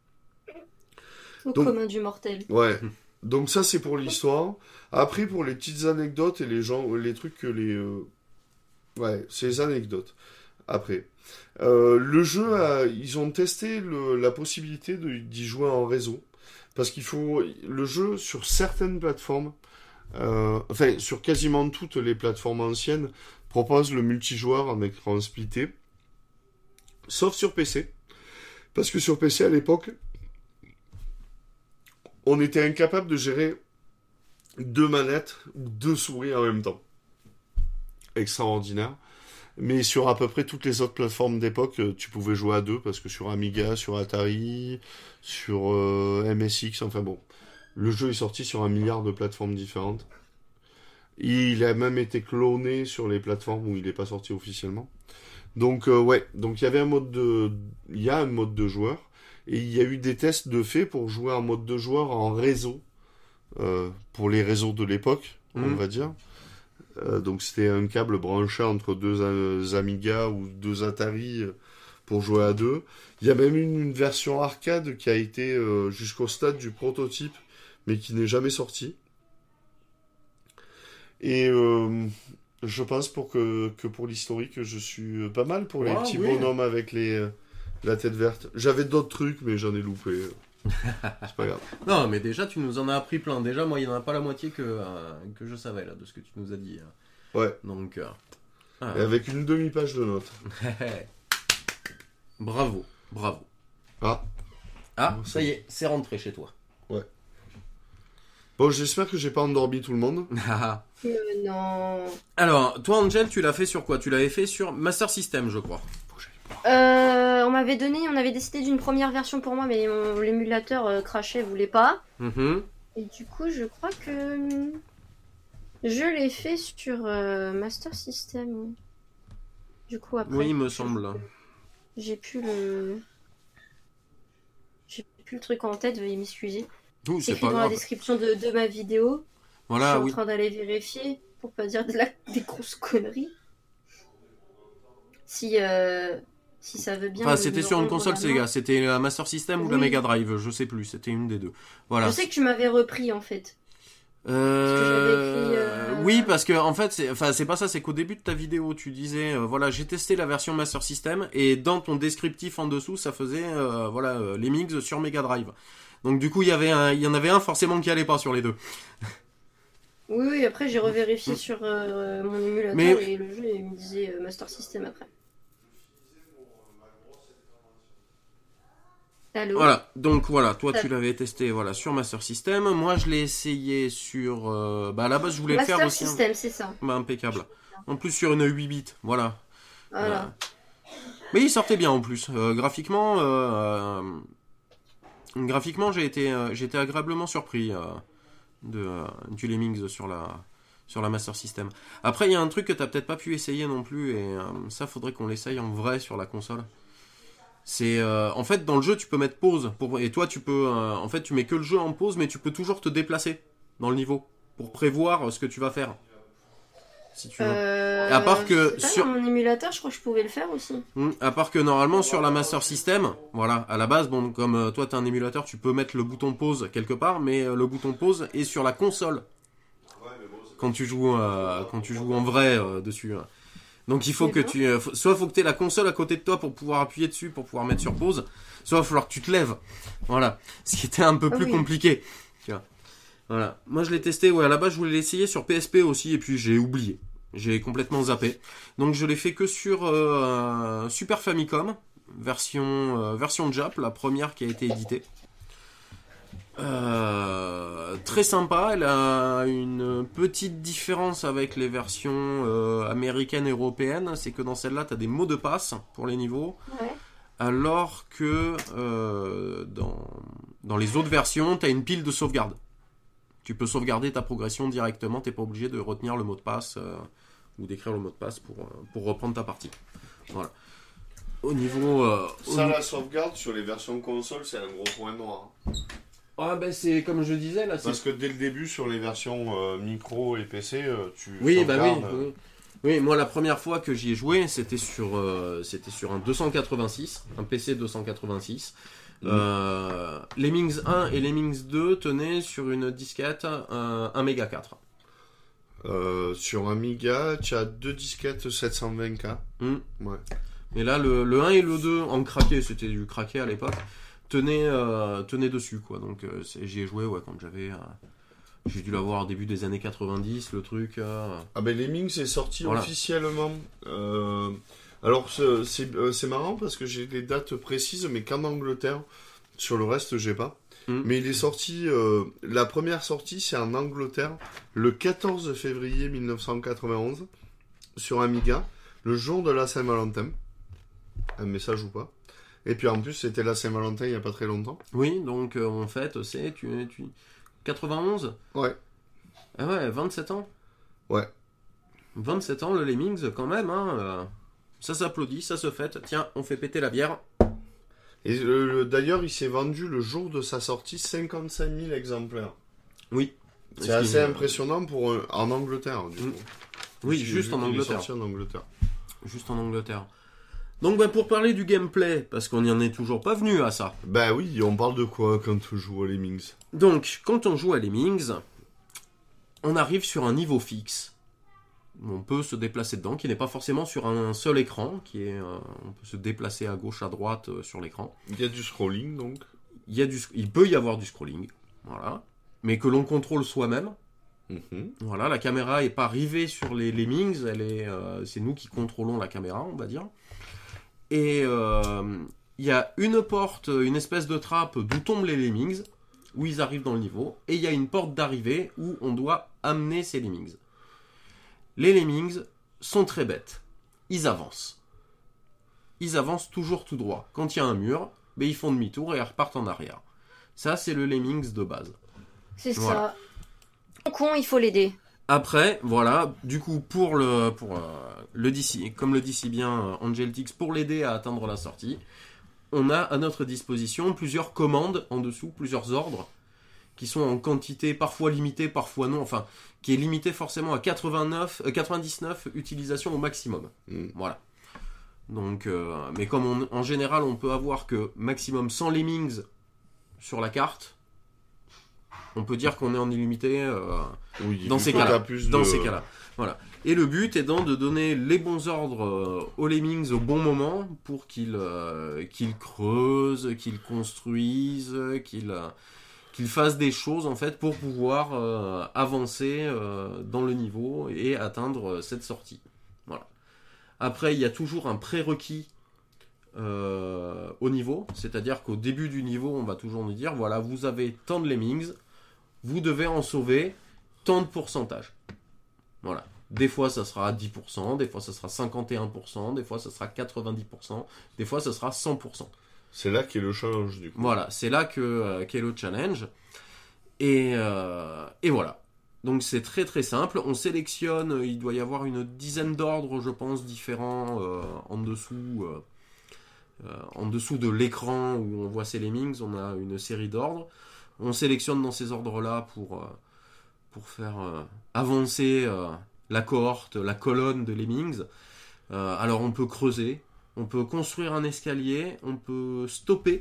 Commun du mortel. Ouais. Donc ça c'est pour l'histoire. Après pour les petites anecdotes et les trucs que ouais, c'est les anecdotes. Après. Le jeu, ils ont testé la possibilité d'y jouer en réseau. Parce qu'il faut... Le jeu, sur certaines plateformes, enfin sur quasiment toutes les plateformes anciennes, propose le multijoueur en écran splitté. Sauf sur PC. Parce que sur PC, à l'époque, on était incapable de gérer 2 manettes ou 2 souris en même temps. Extraordinaire. Mais sur à peu près toutes les autres plateformes d'époque, tu pouvais jouer à 2, parce que sur Amiga, sur Atari, sur MSX, enfin bon. Le jeu est sorti sur 1 milliard de plateformes différentes. Il a même été cloné sur les plateformes où il n'est pas sorti officiellement. Donc donc il y avait il y a un mode de joueur, et il y a eu des tests de fait pour jouer en mode de joueur en réseau, pour les réseaux de l'époque, on va dire. Donc c'était un câble branché entre 2 Amiga ou 2 Atari pour jouer à 2. Il y a même une version arcade qui a été jusqu'au stade du prototype, mais qui n'est jamais sortie. Et je pense que pour l'historique, je suis pas mal pour les petits bonhommes avec la tête verte. J'avais d'autres trucs, mais j'en ai loupé. C'est pas grave. Non, mais déjà, tu nous en as appris plein. Déjà, moi, il n'y en a pas la moitié que je savais, là, de ce que tu nous as dit. Ouais. Donc, Et avec une demi-page de notes. Bravo. Ah, ça y est, c'est rentré chez toi. ouais. Bon, j'espère que j'ai pas endormi tout le monde. Non. Alors, toi, Angel, tu l'as fait sur quoi? Tu l'avais fait sur Master System, je crois. On avait décidé d'une première version pour moi, mais l'émulateur crachait, voulait pas. Et du coup, je crois que je l'ai fait sur Master System. Du coup, après. Oui, il me semble. J'ai plus le truc en tête, veuillez m'excuser. C'est C'est écrit pas dans la grave. description de ma vidéo. Voilà, je suis oui. en train d'aller vérifier pour pas dire des grosses conneries. Si ça veut bien. Enfin, me c'était le sur une rendre console la Sega. main. C'était la Master System ou la Oui. Mega Drive, je sais plus. C'était une des deux. Voilà. Je sais que tu m'avais repris en fait. j'avais écrit, Oui, parce que en fait, c'est pas ça. C'est qu'au début de ta vidéo, tu disais, voilà, j'ai testé la version Master System, et dans ton descriptif en dessous, ça faisait, les mix sur Mega Drive. Donc du coup, il y en avait un forcément qui allait pas sur les deux. Oui, après j'ai revérifié sur mon émulateur Mais- et le jeu il me disait Master System après. Allô. Voilà. Donc voilà, toi Ça- tu l'avais testé, voilà, sur Master System. Moi, je l'ai essayé sur, à la base, je voulais le Master faire aussi. System, c'est ça. Impeccable. En plus sur une 8 bits, voilà. Voilà. Mais il sortait bien en plus. Graphiquement, j'ai été agréablement surpris du Lemmings sur la Master System. Après, il y a un truc que t'as peut-être pas pu essayer non plus, et ça, faudrait qu'on l'essaye en vrai sur la console. C'est en fait, dans le jeu, tu peux mettre pause et toi, tu peux en fait, tu mets que le jeu en pause, mais tu peux toujours te déplacer dans le niveau pour prévoir ce que tu vas faire. Si tu veux. Et à part que je sais pas, dans mon émulateur, je crois que je pouvais le faire aussi. À part que normalement sur la Master System, voilà, à la base, bon, comme toi t'as un émulateur, tu peux mettre le bouton pause quelque part, mais le bouton pause est sur la console quand tu joues en vrai dessus. Donc il faut que soit faut que t'aies la console à côté de toi pour pouvoir appuyer dessus, pour pouvoir mettre sur pause, soit il va falloir que tu te lèves. Voilà, ce qui était un peu plus compliqué. Tu vois. Voilà, moi je l'ai testé, à la base je voulais l'essayer sur PSP aussi, et puis j'ai oublié. J'ai complètement zappé. Donc je l'ai fait que sur Super Famicom, version Jap, la première qui a été éditée. Très sympa, elle a une petite différence avec les versions américaines et européennes, c'est que dans celle-là tu as des mots de passe pour les niveaux, alors que dans les autres versions tu as une pile de sauvegarde. Tu peux sauvegarder ta progression directement, t'es pas obligé de retenir le mot de passe ou d'écrire le mot de passe pour reprendre ta partie. Voilà. Au niveau... la sauvegarde sur les versions console, c'est un gros point noir. Ah ben c'est comme je disais là. Parce que dès le début sur les versions micro et PC, tu oui, sauvegardes. Oui, moi la première fois que j'y ai joué, c'était sur un 286, un PC 286. Lemmings 1 et Lemmings 2 tenaient sur une disquette 1 méga 4. Sur Amiga, tu as 2 disquettes 720K. Ouais. Et là, le 1 et le 2 en craqué, c'était du craqué à l'époque, tenaient dessus, quoi. Donc j'y ai joué quand j'avais... j'ai dû l'avoir au début des années 90, le truc... Ah ben Lemmings est sorti officiellement. Alors c'est marrant parce que j'ai les dates précises, mais qu'en Angleterre, sur le reste j'ai pas. mais il est sorti... la première sortie, c'est en Angleterre, le 14 février 1991, sur Amiga, le jour de la Saint-Valentin. Un message ou pas. Et puis en plus, c'était la Saint-Valentin il n'y a pas très longtemps. Oui, donc en fait, c'est... 91 ? Ouais. Ah ouais, 27 ans. Ouais. 27 ans, le Lemmings, quand même, hein. Ça s'applaudit, ça se fête. Tiens, on fait péter la bière. Et d'ailleurs, il s'est vendu le jour de sa sortie 55 000 exemplaires. Oui. C'est assez impressionnant en Angleterre, du coup. Oui, juste en Angleterre. Il est sorti en Angleterre. Juste en Angleterre. Donc, pour parler du gameplay, parce qu'on n'y en est toujours pas venu à ça. Bah oui, on parle de quoi quand on joue à Lemmings ? Donc, quand on joue à Lemmings, on arrive sur un niveau fixe. On peut se déplacer dedans, qui n'est pas forcément sur un seul écran, on peut se déplacer à gauche, à droite sur l'écran. Il y a du scrolling, donc. Il peut y avoir du scrolling, voilà, mais que l'on contrôle soi-même. Voilà, la caméra n'est pas rivée sur les Lemmings, c'est nous qui contrôlons la caméra, on va dire. Et il y a une porte, une espèce de trappe d'où tombent les Lemmings, où ils arrivent dans le niveau, et il y a une porte d'arrivée où on doit amener ces Lemmings. Les Lemmings sont très bêtes. Ils avancent. Ils avancent toujours tout droit. Quand il y a un mur, ils font demi-tour et ils repartent en arrière. Ça, c'est le Lemmings de base. C'est ça. Con, il faut l'aider. Après, voilà, du coup, pour le DC, comme le dit si bien Angeltix, pour l'aider à atteindre la sortie, on a à notre disposition plusieurs commandes en dessous, plusieurs ordres, qui sont en quantité parfois limitée, parfois non, enfin, qui est limitée forcément à 99 utilisations au maximum. Voilà. Donc, mais comme en général, on peut avoir que maximum 100 Lemmings sur la carte, on peut dire qu'on est en illimité dans ces cas-là. Ces cas-là. Voilà. Et le but étant de donner les bons ordres aux Lemmings au bon moment pour qu'ils creusent, qu'ils construisent, qu'ils fassent des choses en fait pour pouvoir avancer dans le niveau et atteindre cette sortie. Voilà. Après, il y a toujours un prérequis au niveau, c'est-à-dire qu'au début du niveau, on va toujours nous dire voilà, vous avez tant de Lemmings, vous devez en sauver tant de pourcentage. Voilà. Des fois, ça sera 10%, des fois, ça sera 51%, des fois, ça sera 90%, des fois, ça sera 100%. C'est là qu'est le challenge, du coup. Voilà, c'est là qu'est le challenge. Et voilà. Donc, c'est très, très simple. On sélectionne, il doit y avoir une dizaine d'ordres, je pense, différents en dessous de l'écran où on voit ces Lemmings. On a une série d'ordres. On sélectionne dans ces ordres-là pour faire avancer la cohorte, la colonne de Lemmings. Alors on peut creuser, on peut construire un escalier, on peut stopper.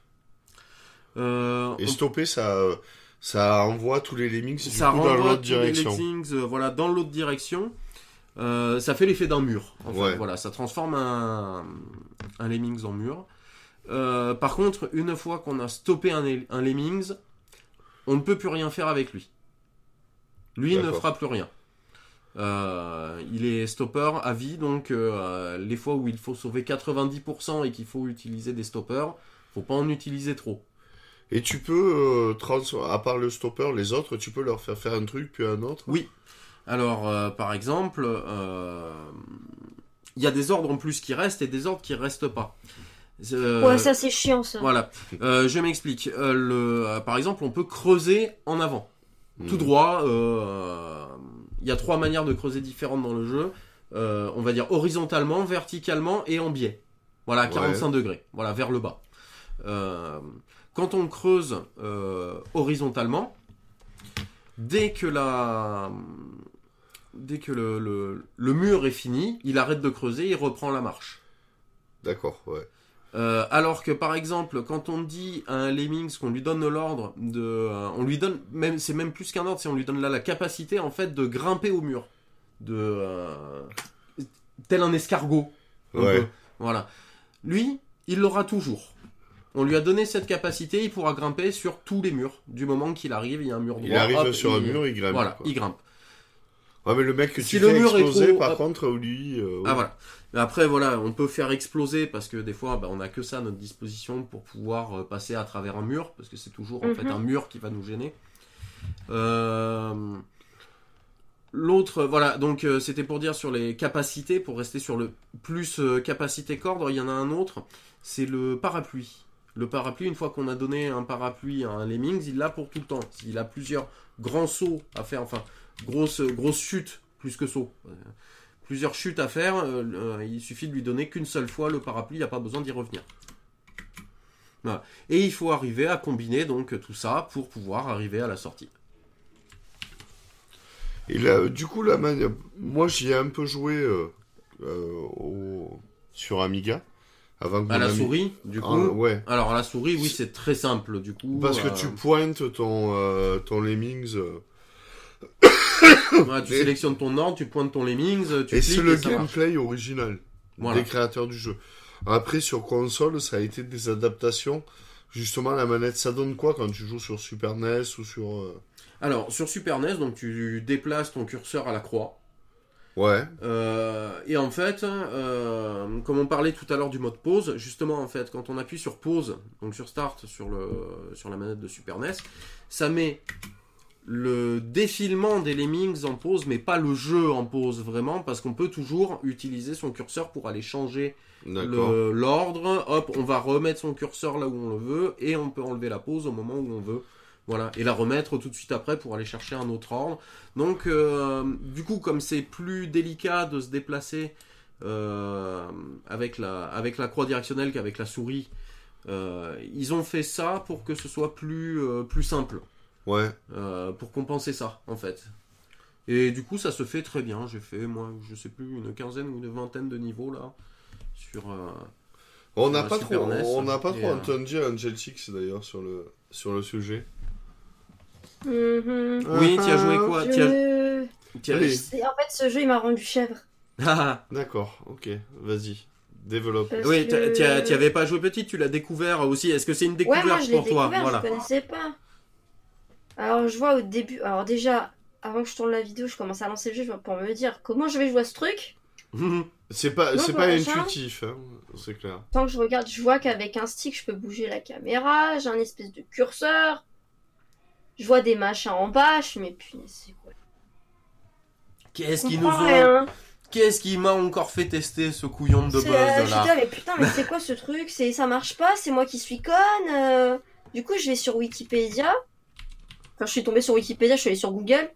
Stopper, ça envoie tous les Lemmings dans l'autre direction. Dans l'autre direction. Ça fait l'effet d'un mur. En fait. Voilà, ça transforme un Lemmings en mur. Par contre, une fois qu'on a stoppé un Lemmings, on ne peut plus rien faire avec lui. Lui ne fera plus rien. Il est stopper à vie, donc les fois où il faut sauver 90% et qu'il faut utiliser des stoppers, faut pas en utiliser trop. Et tu peux, à part le stopper, les autres, tu peux leur faire un truc puis un autre ? Oui. Alors, par exemple, il y a des ordres en plus qui restent et des ordres qui restent pas. Ouais, ça c'est chiant ça. Voilà, je m'explique. Par exemple, on peut creuser en avant, tout droit. Il y a 3 manières de creuser différentes dans le jeu. On va dire horizontalement, verticalement et en biais. Voilà, à 45 degrés. Voilà, vers le bas. Quand on creuse horizontalement, dès que le mur est fini, il arrête de creuser, il reprend la marche. D'accord, ouais. Alors que par exemple, quand on dit à un Lemmings qu'on lui donne l'ordre on lui donne c'est même plus qu'un ordre, c'est on lui donne là la capacité en fait de grimper au mur, tel un escargot. Ouais. Voilà. Lui, il l'aura toujours. On lui a donné cette capacité, il pourra grimper sur tous les murs du moment qu'il arrive. Il y a un mur droit. Il arrive sur un mur, il grimpe. Voilà, il grimpe. Ouais, mais le mec que Si tu le fais mur est exploser, trop- par contre, lui... Ah voilà. Mais après voilà, on peut faire exploser parce que des fois on n'a que ça à notre disposition pour pouvoir passer à travers un mur, parce que c'est toujours en fait un mur qui va nous gêner. L'autre, voilà, donc c'était pour dire sur les capacités, pour rester sur le plus capacité corde, il y en a un autre, c'est le parapluie. Le parapluie, une fois qu'on a donné un parapluie à un Lemmings, il l'a pour tout le temps. S'il a plusieurs grands sauts à faire, enfin, grosse chute, plus que saut, plusieurs chutes à faire, il suffit de lui donner qu'une seule fois le parapluie, il n'y a pas besoin d'y revenir. Voilà. Et il faut arriver à combiner donc tout ça pour pouvoir arriver à la sortie. Et là, du coup, moi j'y ai un peu joué sur Amiga. Avant que À la souris, du coup. Ouais. Alors, à la souris, oui, c'est très simple, du coup. Parce que tu pointes ton Lemmings. Ouais, tu sélectionnes ton ordre, tu pointes ton Lemmings, tu et cliques c'est le ça marche. gameplay original des créateurs du jeu. Après, sur console, ça a été des adaptations. Justement, la manette, ça donne quoi quand tu joues sur Super NES ou sur... Alors, sur Super NES, donc tu déplaces ton curseur à la croix. Ouais. Et en fait, comme on parlait tout à l'heure du mode pause, justement, en fait, quand on appuie sur pause, donc sur Start, sur la manette de Super NES, ça met le défilement des Lemmings en pause, mais pas le jeu en pause, vraiment, parce qu'on peut toujours utiliser son curseur pour aller changer l'ordre. Hop, on va remettre son curseur là où on le veut, et on peut enlever la pause au moment où on veut. Voilà, et la remettre tout de suite après pour aller chercher un autre ordre. Donc, du coup, comme c'est plus délicat de se déplacer avec la croix directionnelle qu'avec la souris, ils ont fait ça pour que ce soit plus simple. Ouais. Pour compenser ça, en fait. Et du coup, ça se fait très bien. J'ai fait, moi, je sais plus, une quinzaine ou une vingtaine de niveaux, là, sur... on n'a pas trop et, entendu Angel Six, d'ailleurs, sur le sujet. Oui, tu as joué quoi? En fait, ce jeu, il m'a rendu chèvre. D'accord, ok, vas-y, développe. Oui, tu avais pas joué petite, tu l'as découvert aussi. Est-ce que c'est une découverte moi, je l'ai pour toi? découvert, Voilà. je connaissais pas. Alors, je vois au début... Alors déjà, avant que je tourne la vidéo, je commence à lancer le jeu pour me dire comment je vais jouer à ce truc. C'est pas intuitif, hein, c'est clair. Tant que je regarde, je vois qu'avec un stick, je peux bouger la caméra, j'ai un espèce de curseur. Je vois des machins en bas, je me dis, mais punaise, c'est quoi? Qu'est-ce qui m'a encore fait tester ce couillon de buzz là? Mais putain, mais c'est quoi ce truc? Ça marche pas, c'est moi qui suis conne. Du coup, je vais sur Wikipédia. Enfin, je suis tombée sur Wikipédia, je suis allée sur Google.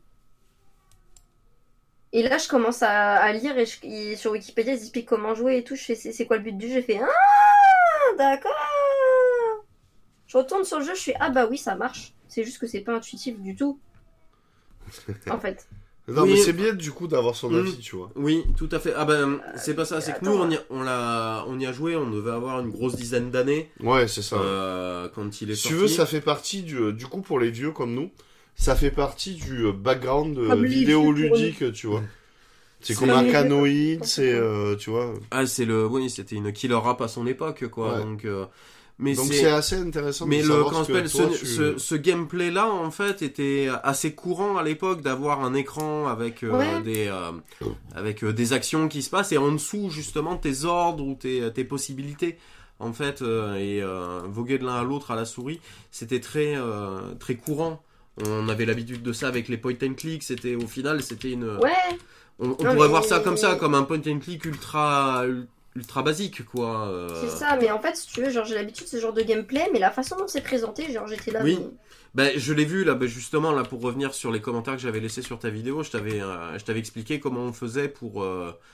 Et là, je commence à lire et sur Wikipédia, ils expliquent comment jouer et tout. Je fais, c'est quoi le but du jeu? J'ai fait, ah, d'accord. Je retourne sur le jeu, je fais, ah bah oui, ça marche. C'est juste que c'est pas intuitif du tout. En fait. Non, mais c'est bien du coup d'avoir son avis, tu vois. Oui, tout à fait. Ah ben, c'est pas ça, c'est que nous, on y a joué, on devait avoir une grosse dizaine d'années. Ouais, c'est ça. Quand il est sorti. Si tu veux, ça fait partie du coup, pour les vieux comme nous, ça fait partie du background vidéoludique, tu vois. C'est comme un canoïde, tu vois. Ah, c'était une killer app à son époque, quoi. Ouais. Donc c'est assez intéressant de savoir ce gameplay-là, en fait, était assez courant à l'époque d'avoir un écran avec des actions qui se passent et en dessous, justement, tes ordres ou tes possibilités. En fait, voguer de l'un à l'autre à la souris, c'était très courant. On avait l'habitude de ça avec les point and click. Au final, c'était une... Ouais. On pourrait voir ça comme ça, comme un point and click ultra basique, quoi. C'est ça, mais en fait, si tu veux, genre, j'ai l'habitude de ce genre de gameplay, mais la façon dont c'est présenté, genre, j'étais là... Oui, je l'ai vu, là, justement, là, pour revenir sur les commentaires que j'avais laissés sur ta vidéo, je t'avais expliqué comment on faisait pour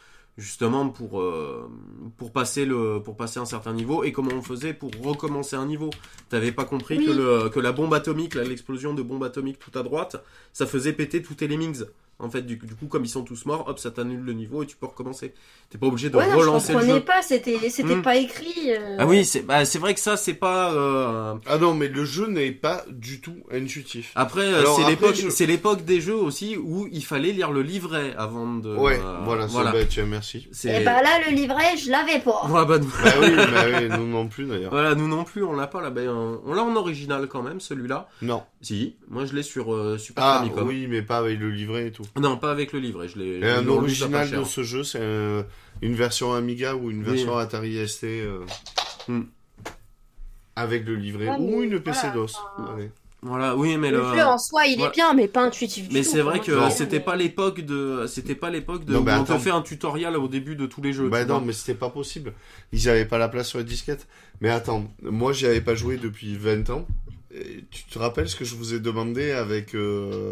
passer un certain niveau, et comment on faisait pour recommencer un niveau. T'avais pas compris que la bombe atomique, là, l'explosion de bombe atomique tout à droite, ça faisait péter tous tes Lemmings. En fait, du coup, comme ils sont tous morts, hop, ça t'annule le niveau et tu peux recommencer. T'es pas obligé de relancer le jeu. Je comprenais pas, c'était pas écrit. Ah oui, c'est vrai que ça, c'est pas... Ah non, mais le jeu n'est pas du tout intuitif. Après, c'est l'époque des jeux aussi où il fallait lire le livret avant de... Ouais, voilà. Tiens, merci. Et bah là, le livret, je l'avais pas. Ouais, bah oui, nous non plus d'ailleurs. Voilà, nous non plus, on l'a pas là. On l'a en original quand même, celui-là. Non. Si, moi je l'ai sur Super Famicom. Ah oui, mais pas avec le livret et tout. Non, pas avec le livret. Et un original de ce jeu, c'est une version Amiga ou une version Atari ST avec le livret ou une PC DOS. Ouais. Voilà, oui, mais le jeu en soi, il est bien, mais pas intuitif. Mais c'est vrai que c'était pas l'époque où on te fait un tutoriel au début de tous les jeux. Bah non, mais c'était pas possible. Ils avaient pas la place sur la disquette. Mais attends, moi j'y avais pas joué depuis 20 ans. Et tu te rappelles ce que je vous ai demandé avec Akilou ?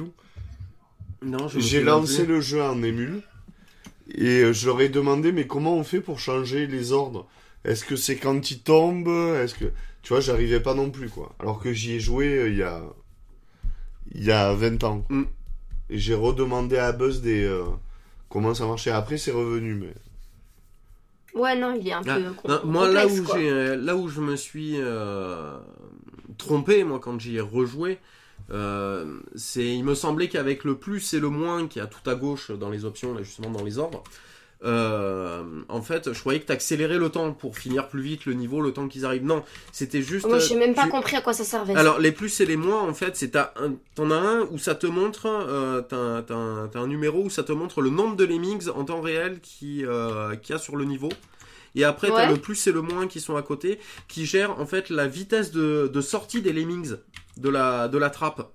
Non, j'ai lancé le jeu en émule et je leur ai demandé mais comment on fait pour changer les ordres ? Est-ce que c'est quand il tombe ? Est-ce que tu vois, j'arrivais pas non plus quoi. Alors que j'y ai joué il y a 20 ans. Et j'ai redemandé à Buzz comment ça marchait. Après c'est revenu mais ouais non, il est un peu moi complexe, là où je me suis trompé moi quand j'y ai rejoué. Il me semblait qu'avec le plus et le moins qui a tout à gauche dans les options, là, justement dans les ordres, en fait, je croyais que t'accélérais le temps pour finir plus vite le niveau, le temps qu'ils arrivent. Non, c'était juste. Moi, j'ai même pas compris à quoi ça servait. Alors, les plus et les moins, en fait, t'en as un où ça te montre, t'as un numéro où ça te montre le nombre de lemmings en temps réel qu'il y a sur le niveau. Et après, t'as le plus et le moins qui sont à côté, qui gèrent en fait la vitesse de sortie des lemmings de la trappe.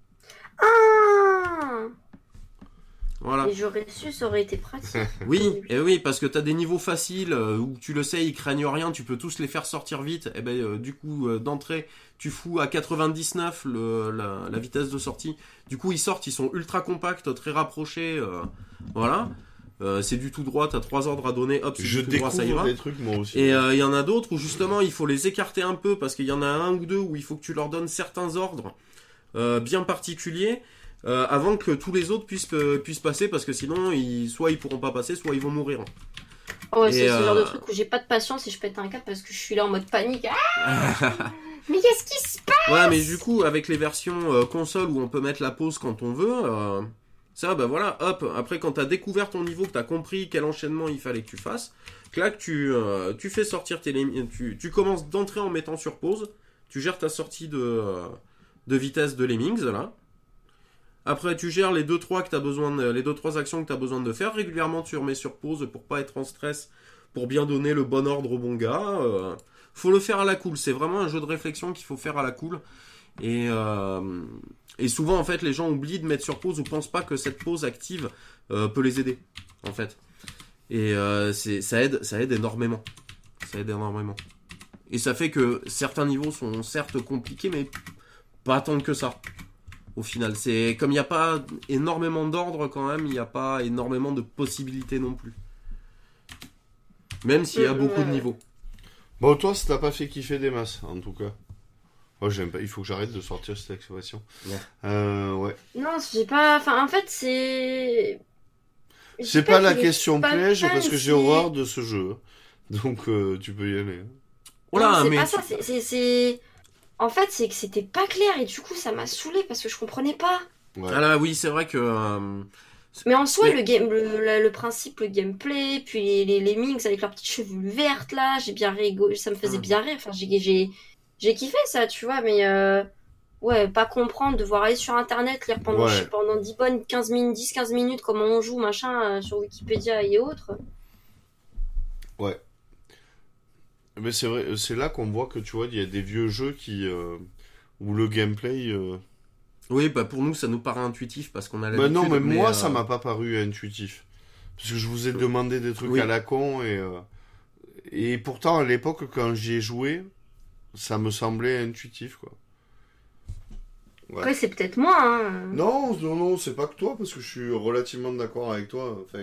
Ah! Voilà. Et j'aurais su, ça aurait été pratique. Oui, parce que t'as des niveaux faciles où tu le sais, ils craignent rien, tu peux tous les faire sortir vite. Et du coup, d'entrée, tu fous à 99 la vitesse de sortie. Du coup, ils sortent, ils sont ultra compacts, très rapprochés. Voilà. C'est du tout droit, t'as 3 ordres à donner, hop, c'est du tout droit, ça ira. Des trucs, moi aussi. Et il y en a d'autres où justement il faut les écarter un peu parce qu'il y en a un ou deux où il faut que tu leur donnes certains ordres bien particuliers avant que tous les autres puissent passer parce que sinon soit ils pourront pas passer, soit ils vont mourir. Ouais, c'est ce genre de truc où j'ai pas de patience et je pète un câble parce que je suis là en mode panique. Mais qu'est-ce qui se passe ? Ouais, mais du coup avec les versions console où on peut mettre la pause quand on veut. Ça, voilà, hop, après quand t'as découvert ton niveau, que t'as compris quel enchaînement il fallait que tu fasses, là que tu fais sortir tes lemmings, tu commences d'entrée en mettant sur pause, tu gères ta sortie de vitesse de lemmings, là. Après, tu gères les 2-3 actions que t'as besoin de faire, régulièrement tu remets sur pause pour pas être en stress, pour bien donner le bon ordre au bon gars. Faut le faire à la cool, c'est vraiment un jeu de réflexion qu'il faut faire à la cool. Et souvent, en fait, les gens oublient de mettre sur pause ou pensent pas que cette pause active peut les aider, en fait. Et ça aide énormément. Ça aide énormément. Et ça fait que certains niveaux sont certes compliqués, mais pas tant que ça. Au final, c'est comme il n'y a pas énormément d'ordre quand même, il n'y a pas énormément de possibilités non plus. Même s'il y a beaucoup de niveaux. Bon, toi, ça t'a pas fait kiffer des masses, en tout cas. Moi, j'aime pas. Il faut que j'arrête de sortir cette expression. Ouais. Non, j'ai pas. Enfin, en fait, c'est. C'est pas la question piège parce que j'ai horreur de ce jeu. Donc, tu peux y aller. Voilà, c'est pas ça. C'est. En fait, c'est que c'était pas clair et du coup, ça m'a saoulé parce que je comprenais pas. Ouais. Ah là, oui, c'est vrai que. Mais en soi, le principe, le gameplay, puis les mix avec leurs petites chevelures vertes là, j'ai bien rigolé, ça me faisait bien rire. Enfin, j'ai kiffé ça, tu vois, mais ouais, pas comprendre, devoir aller sur internet, lire pendant 10-15 minutes comment on joue, machin, sur Wikipédia et autres. Ouais. Mais c'est vrai, c'est là qu'on voit que tu vois, il y a des vieux jeux où le gameplay. Oui, pour nous, ça nous paraît intuitif parce qu'on a l'habitude. Non, mais moi, ça m'a pas paru intuitif. Parce que je vous ai demandé des trucs à la con et pourtant, à l'époque, quand j'y ai joué, ça me semblait intuitif, quoi. Ouais. Après, c'est peut-être moi, hein. Non, c'est pas que toi, parce que je suis relativement d'accord avec toi. Enfin,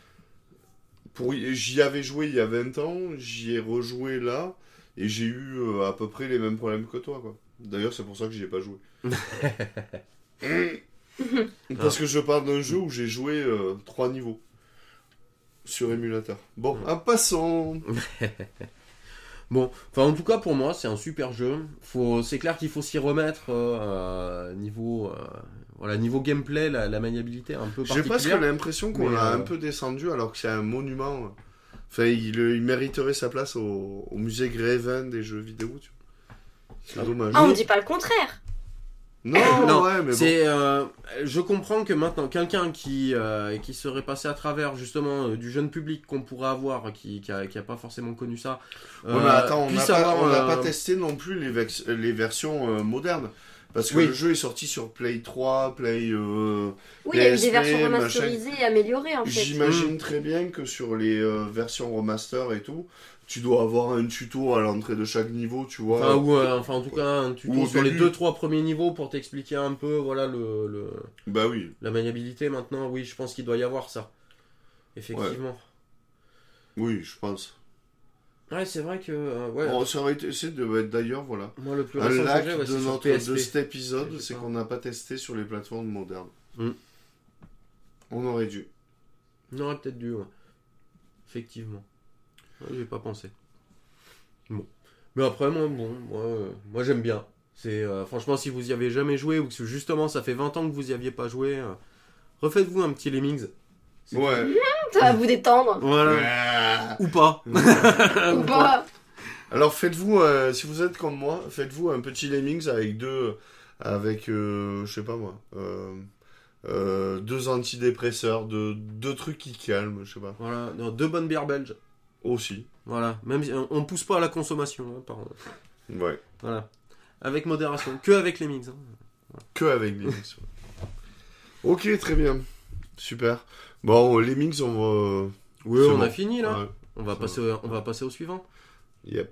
j'y avais joué il y a 20 ans, j'y ai rejoué là, et j'ai eu à peu près les mêmes problèmes que toi, quoi. D'ailleurs, c'est pour ça que j'y ai pas joué. Parce que je parle d'un jeu où j'ai joué 3 niveaux sur émulateur. Bon, passons. Bon, enfin en tout cas pour moi c'est un super jeu. C'est clair qu'il faut s'y remettre niveau gameplay, la maniabilité un peu particulière. J'ai presque l'impression qu'on l'a un peu descendu alors que c'est un monument. Enfin, il mériterait sa place au musée Grévin des jeux vidéo. Tu vois. C'est dommage. Ah, on dit pas le contraire. Non, ouais, mais c'est, je comprends que maintenant, quelqu'un qui serait passé à travers justement du jeune public qu'on pourrait avoir, qui a pas forcément connu ça. Ouais, mais attends, on n'a pas testé non plus les versions modernes. Parce que le jeu est sorti sur Play 3, Play. Oui, il y a eu des versions remasterisées et améliorées en fait. J'imagine très bien que sur les versions remaster et tout, tu dois avoir un tuto à l'entrée de chaque niveau, tu vois. Enfin, en tout cas, un tuto sur les 2-3 premiers niveaux pour t'expliquer un peu, voilà, Bah oui. La maniabilité maintenant. Oui, je pense qu'il doit y avoir ça. Effectivement. Ouais. Oui, je pense. Ouais, c'est vrai que. Bon, ça aurait été, d'ailleurs, voilà. Moi, le plus un récent lac projet, de cet épisode, c'est qu'on n'a pas testé sur les plateformes modernes. On aurait dû. On aurait peut-être dû, ouais. Effectivement. Ouais, j'y ai pas pensé. Bon. Mais après, moi j'aime bien. C'est franchement, si vous y avez jamais joué ou que justement ça fait 20 ans que vous y aviez pas joué, refaites-vous un petit Lemmings. Ouais. Ça va vous détendre. Voilà. Ou pas. Ou pas. Alors faites-vous, si vous êtes comme moi, faites-vous un petit Lemmings avec je sais pas moi, 2 antidépresseurs, 2 trucs qui calment, je sais pas. Voilà, 2 bonnes bières belges. Aussi. Voilà, même si on pousse pas à la consommation. Ouais. Voilà. Avec modération. Que avec les mix. Que avec les mix. Ok, très bien. Super. Bon, les mix, on va... Oui, on a fini là. Ouais. On va passer au suivant. Yep.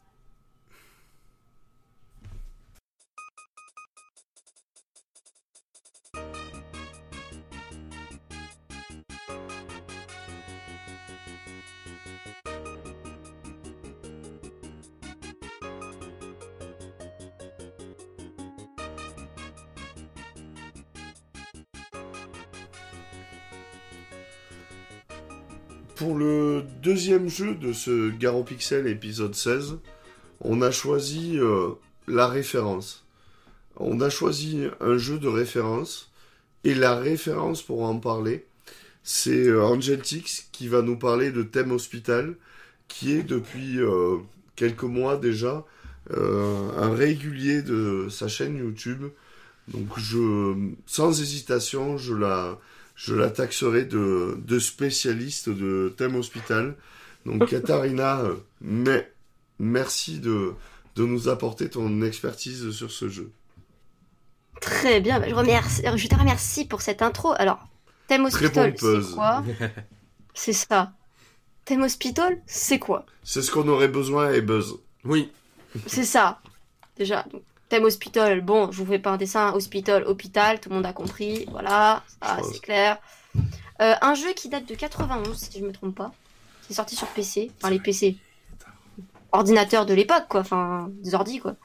Pour le deuxième jeu de ce Garo Pixel épisode 16, on a choisi la référence. On a choisi un jeu de référence, et la référence pour en parler, c'est Angeltix qui va nous parler de Thème Hospital, qui est depuis quelques mois déjà un régulier de sa chaîne YouTube. Donc sans hésitation, je la taxerai de spécialiste de Thème Hospital. Donc Katharina, merci de nous apporter ton expertise sur ce jeu. Très bien, je te remercie pour cette intro. Alors, Thème Hospital, c'est quoi? C'est ça. Thème Hospital, c'est quoi? C'est ce qu'on aurait besoin et Buzz. Oui. C'est ça. Déjà, donc, Thème Hospital, bon, je vous fais pas un dessin. Hospital, hôpital, tout le monde a compris. Voilà, ça, c'est clair. Un jeu qui date de 91, si je me trompe pas. C'est sorti sur PC. Enfin, les PC. Ordinateurs de l'époque, quoi. Enfin, des ordi, quoi.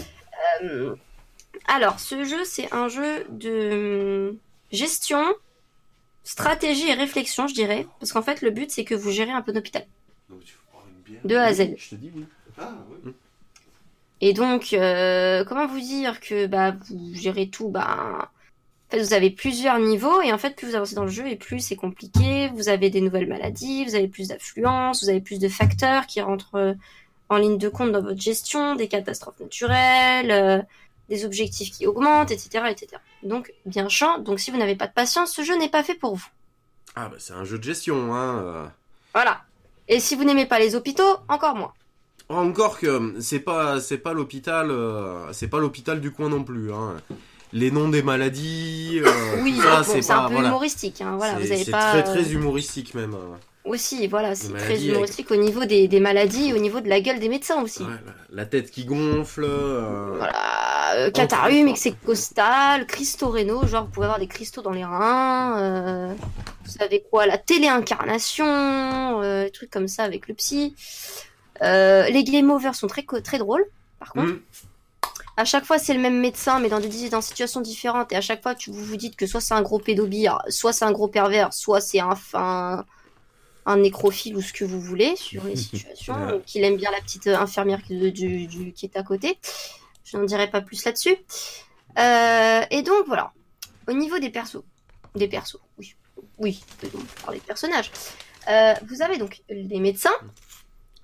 Alors, ce jeu, c'est un jeu de gestion, stratégie et réflexion, je dirais. Parce qu'en fait, le but, c'est que vous gérez un peu d'hôpital. De A à Z. Je te dis oui. Ah, oui. Et donc, comment vous dire que vous gérez tout, en fait, vous avez plusieurs niveaux, et en fait, plus vous avancez dans le jeu, et plus c'est compliqué. Vous avez des nouvelles maladies, vous avez plus d'affluence, vous avez plus de facteurs qui rentrent en ligne de compte dans votre gestion, des catastrophes naturelles, des objectifs qui augmentent, etc., etc. Donc, bien chiant. Donc, si vous n'avez pas de patience, ce jeu n'est pas fait pour vous. Ah, c'est un jeu de gestion, hein. Voilà. Et si vous n'aimez pas les hôpitaux, encore moins. Encore que c'est pas l'hôpital, c'est pas l'hôpital du coin non plus, hein. Les noms des maladies, oui, ça, c'est un peu humoristique, hein. Voilà, vous avez pas. C'est très humoristique même. Aussi, voilà, c'est très humoristique au niveau des maladies et au niveau de la gueule des médecins aussi. Ouais, la tête qui gonfle. Voilà, catharume, excès costal, cristaux rénaux, genre vous pouvez avoir des cristaux dans les reins. Vous savez quoi, la téléincarnation, des trucs comme ça avec le psy. Les game over sont très drôles, par contre. À chaque fois, c'est le même médecin, mais dans situations différentes. Et à chaque fois, vous vous dites que soit c'est un gros pédobire, soit c'est un gros pervers, soit c'est un nécrophile ou ce que vous voulez, sur les situations. Qu'il aime bien la petite infirmière qui est à côté. Je n'en dirai pas plus là-dessus. Et donc, voilà. Au niveau des persos. Oui, on parler de personnages. Vous avez donc les médecins,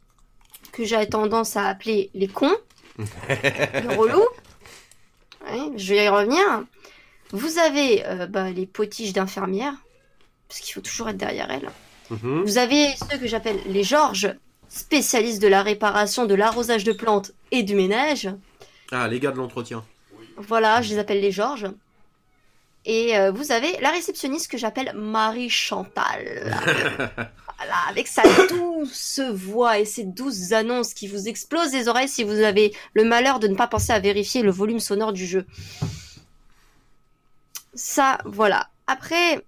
que j'ai tendance à appeler les cons, le relou. Ouais, je vais y revenir. Vous avez les potiches d'infirmières, parce qu'il faut toujours être derrière elles. Vous avez ceux que j'appelle les Georges, spécialistes de la réparation, de l'arrosage de plantes et du ménage. Ah, les gars de l'entretien. Voilà, je les appelle les Georges. Et vous avez la réceptionniste que j'appelle Marie Chantal. Voilà, avec sa douce voix et ses douces annonces qui vous explosent les oreilles si vous avez le malheur de ne pas penser à vérifier le volume sonore du jeu. Ça, voilà. Après,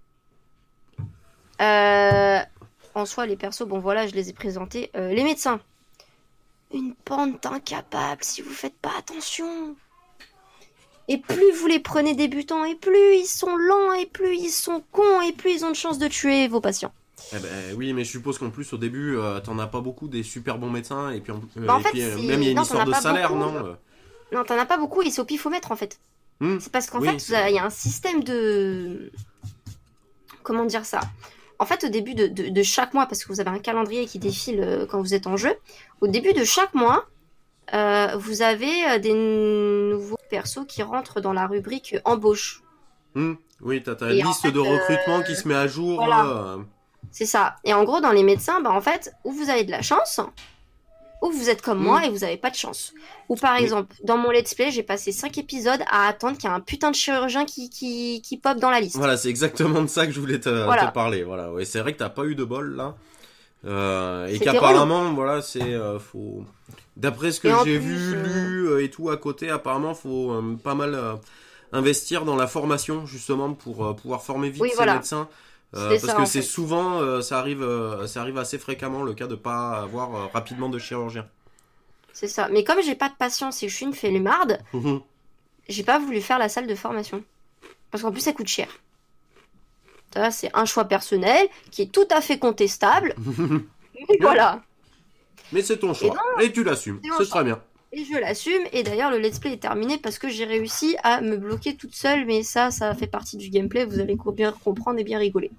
en soi, les persos, bon voilà, je les ai présentés. Les médecins. Une bande d'incapables si vous faites pas attention. Et plus vous les prenez débutants, et plus ils sont lents, et plus ils sont cons, et plus ils ont de chances de tuer vos patients. Eh ben, oui, mais je suppose qu'en plus, au début, t'en as pas beaucoup des super bons médecins, et puis, même il y a une histoire de salaire, beaucoup, non Non, t'en as pas beaucoup, ils sont au pifomètre en fait. C'est parce qu'en fait, il y a un système de... Comment dire ça ? En fait, au début de chaque mois, parce que vous avez un calendrier qui défile quand vous êtes en jeu, au début de chaque mois, vous avez des nouveaux persos qui rentrent dans la rubrique embauche. Oui, t'as ta liste de recrutement qui se met à jour. Voilà. C'est ça. Et en gros, dans les médecins, en fait, où vous avez de la chance, ou vous êtes comme moi et vous n'avez pas de chance. Ou par exemple, dans mon let's play, j'ai passé 5 épisodes à attendre qu'il y ait un putain de chirurgien qui pop dans la liste. Voilà, c'est exactement de ça que je voulais te parler. Voilà, ouais, c'est vrai que t'as pas eu de bol là. Et qu'apparemment, voilà, c'est faut. D'après ce que j'ai lu et tout à côté, apparemment, faut pas mal investir dans la formation justement pour pouvoir former vite ces médecins. Parce que c'est souvent, ça arrive assez fréquemment le cas de pas avoir rapidement de chirurgien. C'est ça. Mais comme j'ai pas de patience et je suis une flemmarde, j'ai pas voulu faire la salle de formation. Parce qu'en plus, ça coûte cher. Ça, c'est un choix personnel qui est tout à fait contestable. Mais voilà. Mais c'est ton choix. Et tu l'assumes. Ce sera bien. Et je l'assume. Et d'ailleurs, le let's play est terminé parce que j'ai réussi à me bloquer toute seule. Mais ça fait partie du gameplay. Vous allez bien comprendre et bien rigoler.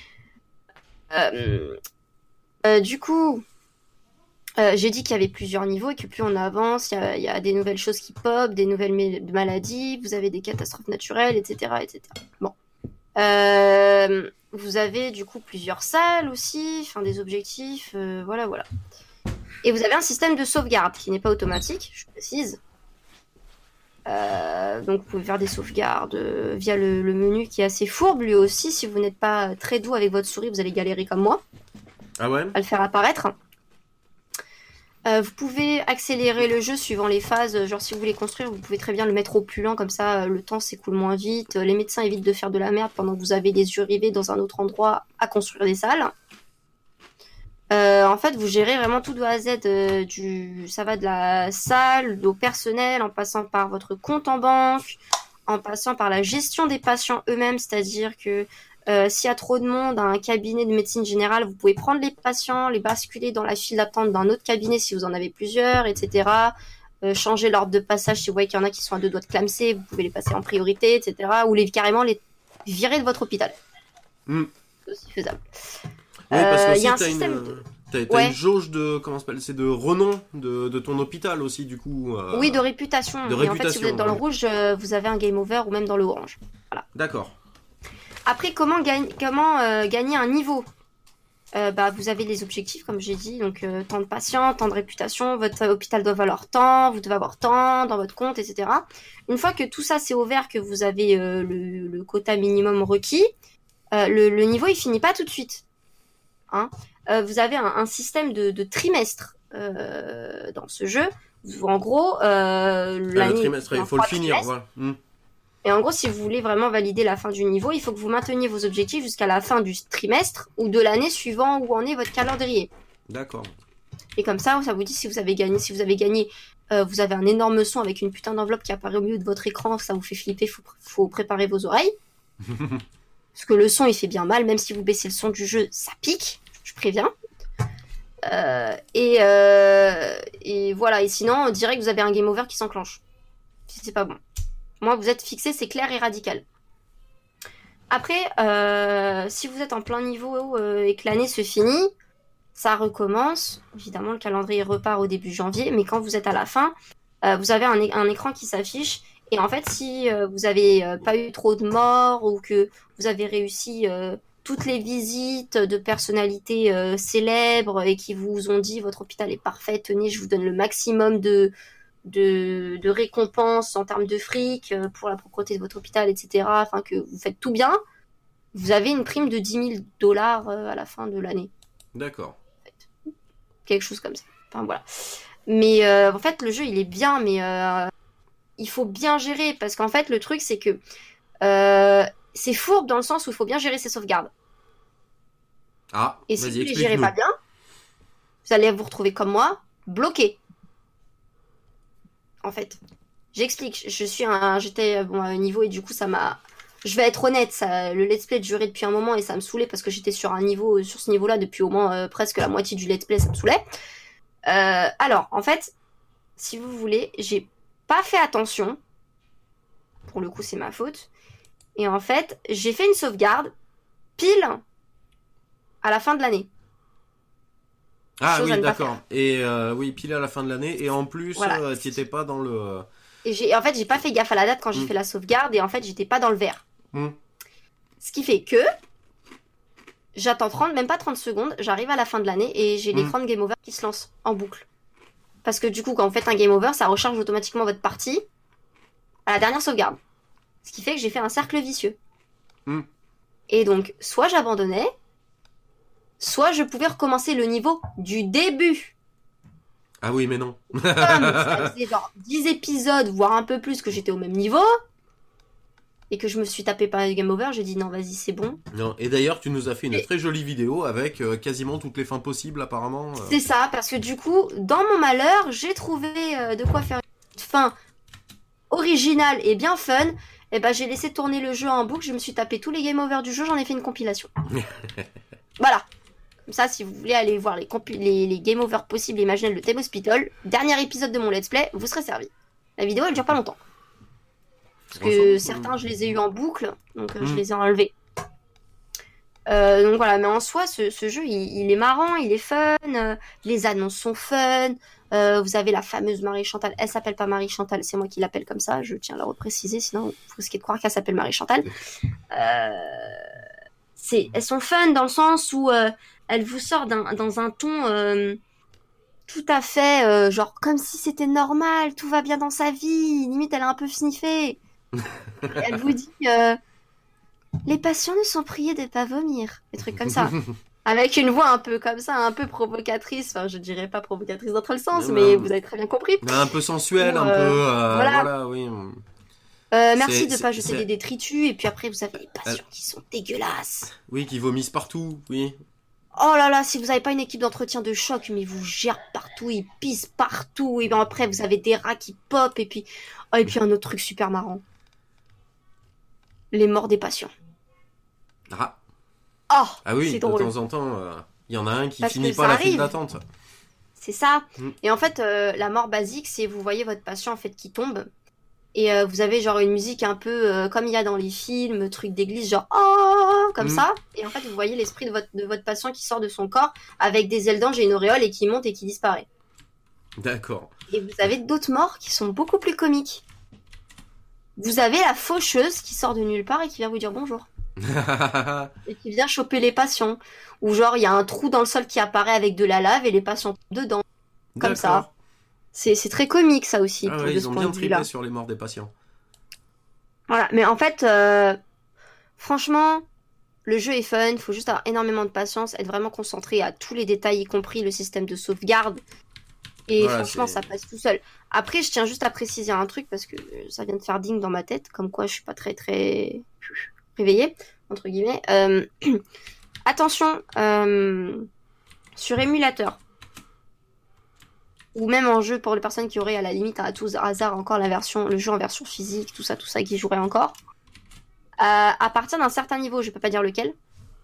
Du coup, j'ai dit qu'il y avait plusieurs niveaux et que plus on avance, il y a des nouvelles choses qui pop, des nouvelles maladies, vous avez des catastrophes naturelles, etc. etc. Bon. Vous avez du coup plusieurs salles aussi, des objectifs, voilà. Et vous avez un système de sauvegarde qui n'est pas automatique, je précise. Donc vous pouvez faire des sauvegardes via le menu qui est assez fourbe lui aussi. Si vous n'êtes pas très doux avec votre souris, vous allez galérer comme moi. Ah ouais ? À le faire apparaître. Vous pouvez accélérer le jeu suivant les phases. Genre si vous voulez construire, vous pouvez très bien le mettre au plus lent, comme ça le temps s'écoule moins vite. Les médecins évitent de faire de la merde pendant que vous avez les yeux rivés dans un autre endroit à construire des salles. En fait, vous gérez vraiment tout de A à Z. Ça va de la salle, au personnel, en passant par votre compte en banque, en passant par la gestion des patients eux-mêmes, c'est-à-dire que s'il y a trop de monde à un cabinet de médecine générale, vous pouvez prendre les patients, les basculer dans la file d'attente d'un autre cabinet si vous en avez plusieurs, etc. Changer l'ordre de passage si vous voyez qu'il y en a qui sont à 2 doigts de clamser, vous pouvez les passer en priorité, etc. Ou carrément les virer de votre hôpital. C'est aussi faisable. Oui, parce que si t'as une jauge de, comment ça s'appelle, c'est de renom de ton hôpital aussi, du coup. Oui, de réputation. Et en fait, si vous êtes dans le rouge, vous avez un game over ou même dans le orange. Voilà. D'accord. Après, comment gagner un niveau ? Vous avez les objectifs, comme j'ai dit, donc tant de patients, tant de réputation, votre hôpital doit valoir tant, vous devez avoir tant dans votre compte, etc. Une fois que tout ça c'est ouvert, que vous avez le quota minimum requis, le niveau il finit pas tout de suite. Vous avez un système de trimestre dans ce jeu. En gros, le trimestre, il faut le finir. Voilà. Et en gros, si vous voulez vraiment valider la fin du niveau, il faut que vous mainteniez vos objectifs jusqu'à la fin du trimestre ou de l'année suivant où en est votre calendrier. D'accord. Et comme ça vous dit si vous avez gagné. Si vous avez gagné, vous avez un énorme son avec une putain d'enveloppe qui apparaît au milieu de votre écran, ça vous fait flipper, faut préparer vos oreilles. Parce que le son, il fait bien mal, même si vous baissez le son du jeu, ça pique, je préviens. Et voilà, et sinon, on dirait que vous avez un game over qui s'enclenche. Si c'est pas bon. Moi, vous êtes fixé, c'est clair et radical. Après, si vous êtes en plein niveau et que l'année se finit, ça recommence. Évidemment, le calendrier repart au début janvier, mais quand vous êtes à la fin, vous avez un écran qui s'affiche Et en fait, si vous avez pas eu trop de morts ou que vous avez réussi toutes les visites de personnalités célèbres et qui vous ont dit votre hôpital est parfait, tenez, je vous donne le maximum de récompenses en termes de fric pour la propreté de votre hôpital, etc. Enfin, que vous faites tout bien, vous avez une prime de $10,000 à la fin de l'année. D'accord. En fait. Quelque chose comme ça. Enfin, voilà. Mais en fait, le jeu, il est bien, mais il faut bien gérer. Parce qu'en fait, le truc, c'est que c'est fourbe dans le sens où il faut bien gérer ses sauvegardes. Ah, et si vous ne les gérez pas bien, vous allez vous retrouver comme moi, bloqué. En fait, j'explique. J'étais à un niveau et du coup, ça m'a... Je vais être honnête, le let's play durait depuis un moment et ça me saoulait parce que j'étais sur ce niveau-là depuis au moins presque la moitié du let's play, ça me saoulait. Alors, en fait, si vous voulez, j'ai pas fait attention. Pour le coup, c'est ma faute. Et en fait, j'ai fait une sauvegarde pile à la fin de l'année. Ah oui, d'accord. Et oui, pile à la fin de l'année. Et en plus, voilà. Tu n'étais pas dans le... Et en fait, j'ai pas fait gaffe à la date quand j'ai fait la sauvegarde. Et en fait, j'étais pas dans le vert. Ce qui fait que j'attends même pas 30 secondes. J'arrive à la fin de l'année et j'ai l'écran de Game Over qui se lance en boucle. Parce que du coup, quand vous faites un Game Over, ça recharge automatiquement votre partie à la dernière sauvegarde. Ce qui fait que j'ai fait un cercle vicieux. Et donc, soit j'abandonnais, soit je pouvais recommencer le niveau du début. Ah oui, mais non. Ça faisait genre 10 épisodes, voire un peu plus, que j'étais au même niveau. Et que je me suis tapé par le Game Over, j'ai dit non, vas-y, c'est bon. Non. Et d'ailleurs, tu nous as fait une très jolie vidéo avec quasiment toutes les fins possibles, apparemment. C'est ça, parce que du coup, dans mon malheur, j'ai trouvé de quoi faire une fin originale et bien fun. Et ben, j'ai laissé tourner le jeu en boucle, je me suis tapé tous les Game Over du jeu, j'en ai fait une compilation. Voilà. Comme ça, si vous voulez aller voir les Game Over possibles et imaginables de Thème Hospital, dernier épisode de mon let's play, vous serez servi. La vidéo, elle dure pas longtemps. Parce que certains, je les ai eu en boucle, donc je les ai enlevés. Donc voilà, mais en soi, ce jeu, il est marrant, il est fun, les annonces sont fun, vous avez la fameuse Marie-Chantal, elle s'appelle pas Marie-Chantal, c'est moi qui l'appelle comme ça, je tiens à le repréciser, sinon vous risquez de croire qu'elle s'appelle Marie-Chantal. Elles sont fun dans le sens où elles vous sortent dans un ton tout à fait, genre comme si c'était normal, tout va bien dans sa vie, limite elle a un peu sniffé. Elle vous dit les patients ne sont priés de pas vomir, des trucs comme ça. Avec une voix un peu comme ça, un peu provocatrice. Enfin, je dirais pas provocatrice dans le sens, mais vous avez très bien compris. Un peu sensuelle, un peu... voilà, oui. Merci de pas jeter des détritus, et puis après, vous avez les patients qui sont dégueulasses. Oui, qui vomissent partout, oui. Oh là là, si vous avez pas une équipe d'entretien de choc, mais ils vous gèrent partout, ils pissent partout, et bien après, vous avez des rats qui popent, et puis un autre truc super marrant. Les morts des patients. Ah. Oh, ah oui, c'est de drôle. temps en temps, il y en a un qui Parce finit que pas ça la arrive. file d'attente. C'est ça. Et en fait, la mort basique, c'est vous voyez votre patient en fait qui tombe, et vous avez genre une musique un peu comme il y a dans les films, truc d'église, genre oh comme ça. Et en fait, vous voyez l'esprit de votre patient qui sort de son corps avec des ailes d'ange et une auréole et qui monte et qui disparaît. D'accord. Et vous avez d'autres morts qui sont beaucoup plus comiques. Vous avez la faucheuse qui sort de nulle part et qui vient vous dire bonjour. Et qui vient choper les patients. Ou genre, il y a un trou dans le sol qui apparaît avec de la lave et les patients dedans. Comme ça. C'est très comique, ça aussi. Ah ouais, ils ont bien triplé sur les morts des patients. Voilà, mais en fait, franchement, le jeu est fun. Il faut juste avoir énormément de patience, être vraiment concentré à tous les détails, y compris le système de sauvegarde. Et voilà, franchement, ça passe tout seul. Après, je tiens juste à préciser un truc parce que ça vient de faire ding dans ma tête, comme quoi je suis pas très très réveillée, entre guillemets. Attention, sur émulateur, ou même en jeu pour les personnes qui auraient à la limite à tout hasard encore le jeu en version physique, tout ça qui jouerait encore. À partir d'un certain niveau, je peux pas dire lequel,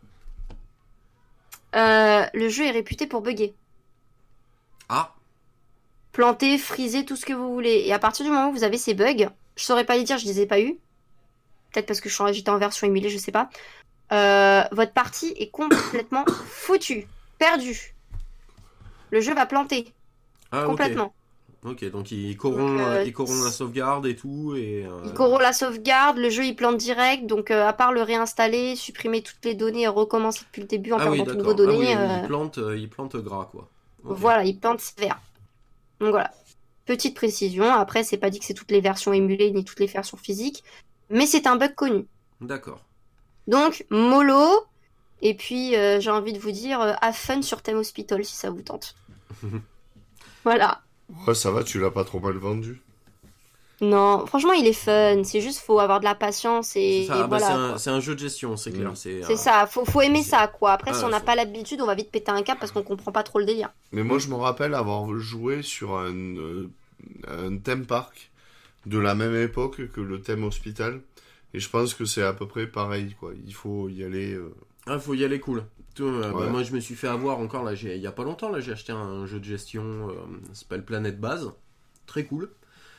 le jeu est réputé pour bugger. Ah. Planter, friser, tout ce que vous voulez. Et à partir du moment où vous avez ces bugs, je saurais pas les dire, je les ai pas eu. Peut-être parce que j'étais en version émulée, je sais pas. Votre partie est complètement foutue, perdue. Le jeu va planter. Complètement. Ok, donc il corrompt la sauvegarde et tout. Il corrompt la sauvegarde, le jeu il plante direct, donc à part le réinstaller, supprimer toutes les données et recommencer depuis le début en perdant de nouveaux données. Il plante gras quoi. Okay. Voilà, il plante sévère. Donc voilà. Petite précision, après c'est pas dit que c'est toutes les versions émulées ni toutes les versions physiques, mais c'est un bug connu. D'accord. Donc, mollo, et puis j'ai envie de vous dire, have fun sur Theme Hospital si ça vous tente. Voilà. Ouais, ça va, tu l'as pas trop mal vendu. Non, franchement, il est fun. C'est juste, faut avoir de la patience et, ça, et voilà. C'est un jeu de gestion, c'est clair. C'est ça, faut aimer ça, quoi. Après, si on n'a pas l'habitude, on va vite péter un câble parce qu'on comprend pas trop le délire. Mais moi, je me rappelle avoir joué sur un theme park de la même époque que le thème hospital. Et je pense que c'est à peu près pareil, quoi. Il faut y aller... Ah, faut y aller cool. Moi, je me suis fait avoir encore, là, il y a pas longtemps, là, j'ai acheté un jeu de gestion, ça s'appelle Planète Base. Très cool.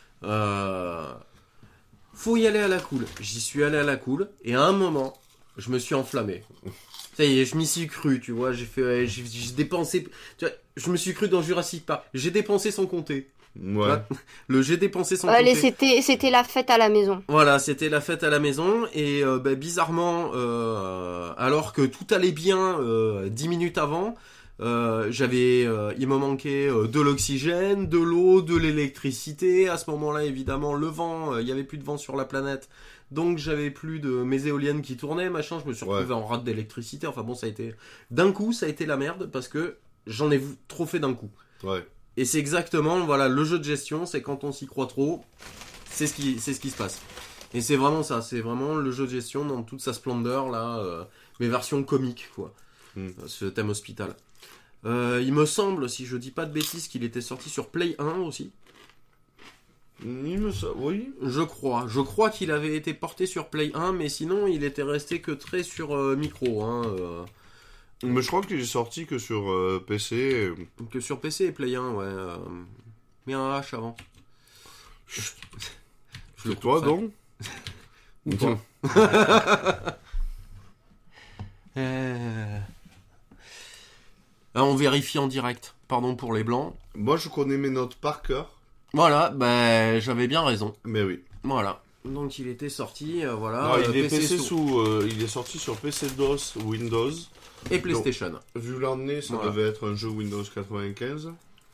Faut y aller à la cool. J'y suis allé à la cool, et à un moment, je me suis enflammé. Ça y est, je m'y suis cru, tu vois, j'ai dépensé... Tu vois, je me suis cru dans Jurassic Park. J'ai dépensé sans compter. Ouais. J'ai dépensé sans Allez, compter. c'était la fête à la maison. Voilà, c'était la fête à la maison et bizarrement, alors que tout allait bien 10 minutes avant, il me manquait de l'oxygène, de l'eau, de l'électricité. À ce moment-là, évidemment, le vent, il y avait plus de vent sur la planète. Donc j'avais plus de mes éoliennes qui tournaient, machin, je me suis retrouvé en rate d'électricité. Enfin bon, ça a été la merde parce que j'en ai trop fait d'un coup. Ouais. Et c'est exactement, voilà, le jeu de gestion, c'est quand on s'y croit trop, c'est ce qui se passe. Et c'est vraiment ça, c'est vraiment le jeu de gestion dans toute sa splendeur, là, mais version comique, quoi, ce thème hospital. Il me semble, si je dis pas de bêtises, qu'il était sorti sur Play 1 aussi. Oui. Je crois qu'il avait été porté sur Play 1, mais sinon, il était resté que très sur micro, Mais je crois qu'il est sorti que sur PC. Que sur PC et Play 1, ouais. Mais un H avant. C'est toi, donc Ou pas. On vérifie en direct. Pardon pour les blancs. Moi, je connais mes notes par cœur. Voilà, j'avais bien raison. Mais oui. Voilà. Donc il était sorti, voilà. Non, il est sorti sur PC DOS, Windows. Et PlayStation. Donc, vu l'année, ça devait être un jeu Windows 95.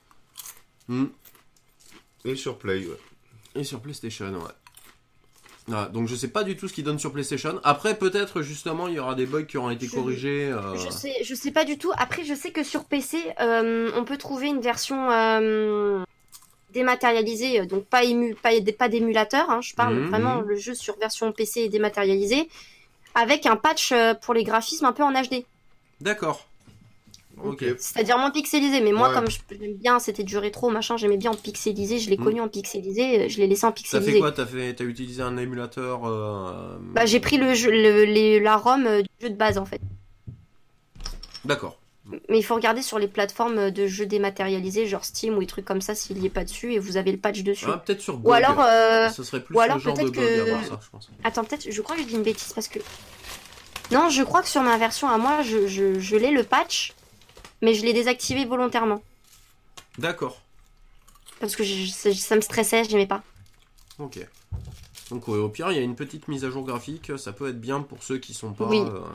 Et sur Play, ouais. Et sur PlayStation, ouais. Voilà, donc je sais pas du tout ce qu'il donne sur PlayStation. Après, peut-être, justement, il y aura des bugs qui auront été corrigés. Je sais pas du tout. Après, je sais que sur PC, on peut trouver une version dématérialisée, donc pas d'émulateur. Hein, je parle vraiment le jeu sur version PC est dématérialisé, avec un patch pour les graphismes un peu en HD. D'accord. Ok. C'est-à-dire moins pixelisé, mais moi, comme j'aime bien, c'était du rétro, machin, j'aimais bien en pixelisé, je l'ai connu en pixelisé, je l'ai laissé en pixelisé. Ça fait quoi? T'as utilisé un émulateur j'ai pris la ROM du jeu de base, en fait. D'accord. Mais il faut regarder sur les plateformes de jeux dématérialisés, genre Steam ou des trucs comme ça, s'il n'y est pas dessus, et vous avez le patch dessus. Ah, peut-être sur GOG. Ou alors, ça serait plus le genre de GOG à voir ça, je pense. Attends, peut-être, je crois que je dis une bêtise, parce que... Non, je crois que sur ma version à moi, je l'ai le patch, mais je l'ai désactivé volontairement. D'accord. Parce que ça me stressait, je n'aimais pas. Ok. Donc au pire, il y a une petite mise à jour graphique, ça peut être bien pour ceux qui sont pas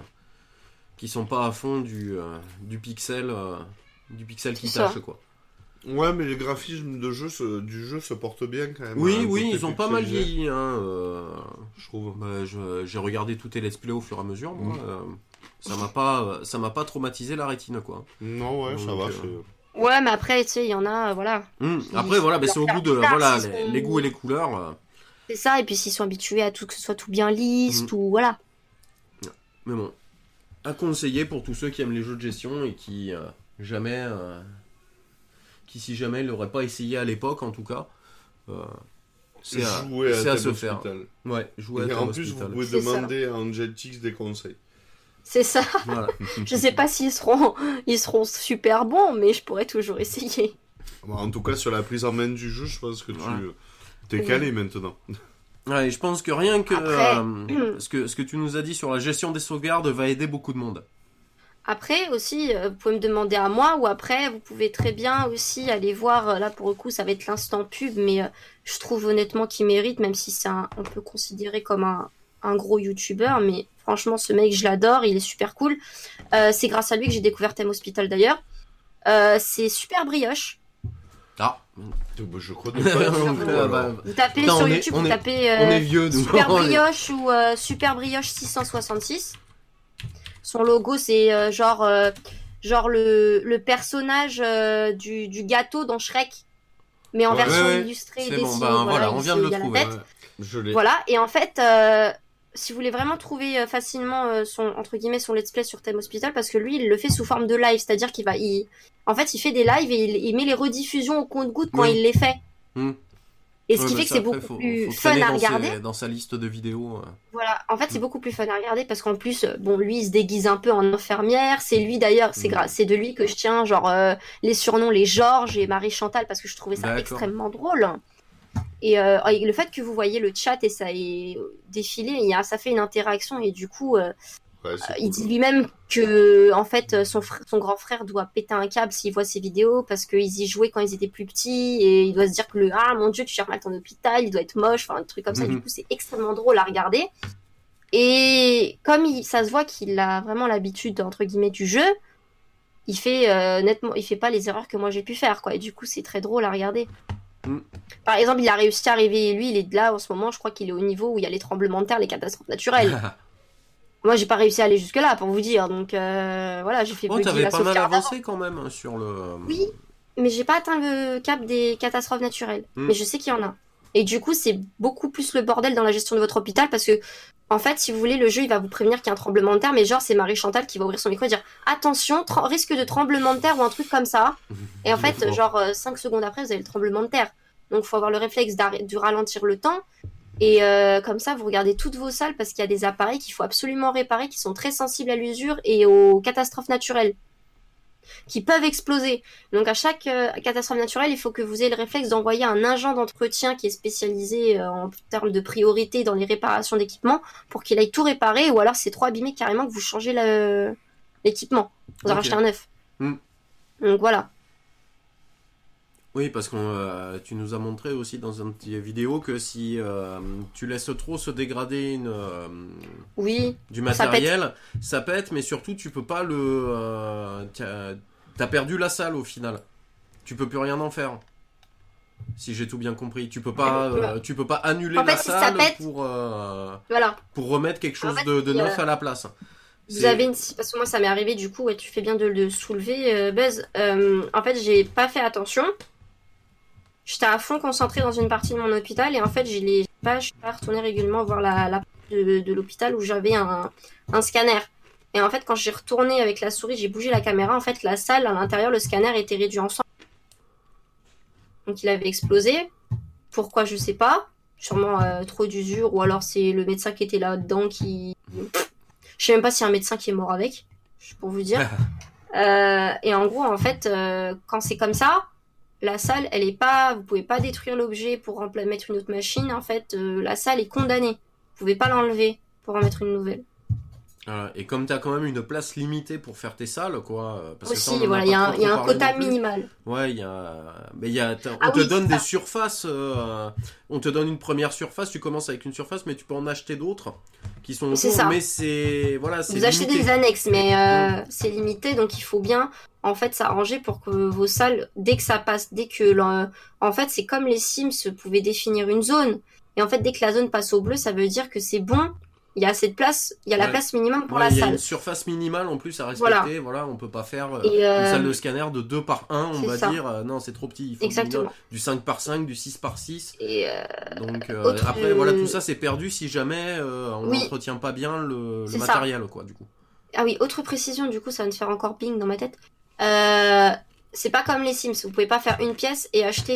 à fond du pixel qui tâche, quoi. Ouais, mais les graphismes du jeu se portent bien quand même. Oui, ils ont pas mal vieilli, je trouve. J'ai regardé tous tes let's play au fur et à mesure, moi. Ça m'a pas traumatisé la rétine, quoi. Non, ouais, ça va. Ouais, mais après, tu sais, il y en a, voilà. Après, voilà, c'est au goût de les goûts et les couleurs. C'est ça, et puis s'ils sont habitués à tout, que ce soit tout bien lisse, tout, voilà. Mais bon, à conseiller pour tous ceux qui aiment les jeux de gestion et qui si jamais ils l'auraient pas essayé à l'époque, en tout cas, c'est à se faire. Ouais, jouer à Thème Hospital. Et en plus, vous pouvez demander à Angeltix des conseils. C'est ça. Voilà. Je sais pas s'ils seront super bons, mais je pourrais toujours essayer. En tout cas, sur la prise en main du jeu, je pense que t'es calé maintenant. Ouais, je pense que rien que ce que tu nous as dit sur la gestion des sauvegardes va aider beaucoup de monde. Après aussi, vous pouvez me demander à moi ou après, vous pouvez très bien aussi aller voir, là pour le coup ça va être l'instant pub, mais je trouve honnêtement qu'il mérite, même si on peut considérer comme un gros youtubeur, mais franchement ce mec je l'adore, il est super cool. C'est grâce à lui que j'ai découvert Thème Hospital d'ailleurs. C'est Super Brioche. Ah, je crois pas. Vous tapez sur YouTube, vous tapez on est vieux, nous. Super Brioche ou Super Brioche 666. Son logo, c'est genre le personnage du gâteau dans Shrek, mais en version illustrée et dessinée. Bon, voilà, on vient de le trouver. Je l'ai. Voilà, et en fait, si vous voulez vraiment trouver facilement son let's play sur Thème Hospital, parce que lui, il le fait sous forme de live, c'est-à-dire en fait, il fait des lives et il met les rediffusions au compte-gouttes quand il les fait. Et ce qui fait que c'est beaucoup plus fun à regarder. Dans sa liste de vidéos. Voilà, en fait, c'est beaucoup plus fun à regarder parce qu'en plus, lui, il se déguise un peu en infirmière. C'est lui d'ailleurs, c'est de lui que je tiens, genre, les surnoms, les Georges et Marie-Chantal, parce que je trouvais ça extrêmement drôle. Et le fait que vous voyez le chat et ça est défilé, ça fait une interaction et du coup, il dit lui-même que en fait son grand frère doit péter un câble s'il voit ses vidéos parce qu'ils y jouaient quand ils étaient plus petits et il doit se dire que mon Dieu, tu gères mal ton hôpital, il doit être moche, enfin un truc comme ça. Du coup, c'est extrêmement drôle à regarder. Et comme ça se voit qu'il a vraiment l'habitude entre guillemets du jeu, il fait il fait pas les erreurs que moi j'ai pu faire, quoi. Et du coup, c'est très drôle à regarder. Par exemple, il a réussi à arriver, lui, il est là en ce moment, je crois qu'il est au niveau où il y a les tremblements de terre, les catastrophes naturelles. Moi, j'ai pas réussi à aller jusque-là, pour vous dire, donc voilà, j'ai fait buggy t'avais la pas mal sauvegarde avancé quand même sur le... Oui, mais j'ai pas atteint le cap des catastrophes naturelles, mais je sais qu'il y en a. Et du coup, c'est beaucoup plus le bordel dans la gestion de votre hôpital, parce que, en fait, si vous voulez, le jeu, il va vous prévenir qu'il y a un tremblement de terre, mais genre, c'est Marie-Chantal qui va ouvrir son micro et dire « Attention, risque de tremblement de terre » ou un truc comme ça. Et en fait, genre, 5 secondes après, vous avez le tremblement de terre. Donc, il faut avoir le réflexe de ralentir le temps. Et comme ça, vous regardez toutes vos salles parce qu'il y a des appareils qu'il faut absolument réparer, qui sont très sensibles à l'usure et aux catastrophes naturelles, qui peuvent exploser. Donc, à chaque catastrophe naturelle, il faut que vous ayez le réflexe d'envoyer un agent d'entretien qui est spécialisé en termes de priorité dans les réparations d'équipements pour qu'il aille tout réparer, ou alors c'est trop abîmé carrément que vous changez l'équipement. Vous en rachetez un neuf. Donc, voilà. Oui, parce que tu nous as montré aussi dans une petite vidéo que si tu laisses trop se dégrader du matériel, ça pète, mais surtout tu peux pas t'as perdu la salle au final. Tu peux plus rien en faire. Si j'ai tout bien compris, tu peux pas annuler la salle pour remettre quelque chose de neuf à la place. Vous avez parce que moi ça m'est arrivé du coup, tu fais bien de le soulever, Buzz. En fait, j'ai pas fait attention. J'étais à fond concentrée dans une partie de mon hôpital et en fait, je suis pas retournée régulièrement voir la partie de l'hôpital où j'avais un scanner. Et en fait, quand j'ai retourné avec la souris, j'ai bougé la caméra. En fait, la salle, à l'intérieur, le scanner était réduit en sang. Donc, il avait explosé. Pourquoi, je sais pas. Sûrement trop d'usure ou alors c'est le médecin qui était là-dedans qui... Je sais même pas s'il y a un médecin qui est mort avec, pour vous dire. Et en gros, en fait, quand c'est comme ça, la salle, elle est pas, vous pouvez pas détruire l'objet pour mettre une autre machine. En fait, la salle est condamnée. Vous pouvez pas l'enlever pour en mettre une nouvelle. Et comme tu as quand même une place limitée pour faire tes salles, quoi. Parce aussi, que voilà, il y a un quota minimal. Ouais, on te donne des surfaces. On te donne une première surface. Tu commences avec une surface, mais tu peux en acheter d'autres qui sont autour. Ça. Mais c'est Vous limité. achetez des annexes, mais c'est limité, donc il faut bien en fait s'arranger pour que vos salles, dès que en fait, c'est comme les Sims, vous pouvez définir une zone. Et en fait, dès que la zone passe au bleu, ça veut dire que c'est bon. Il y a assez de place, il y a la place minimum pour la salle. Il y a une surface minimale en plus à respecter. Voilà, on peut pas faire une salle de scanner de 2 par 1, on va dire. Non, c'est trop petit. Il faut du 5 par 5, du 6 par 6. Donc après, voilà, tout ça c'est perdu si jamais on n'entretient pas bien le matériel, quoi, du coup. Ah oui, autre précision, du coup, ça va me faire encore ping dans ma tête. C'est pas comme les Sims, vous pouvez pas faire une pièce et acheter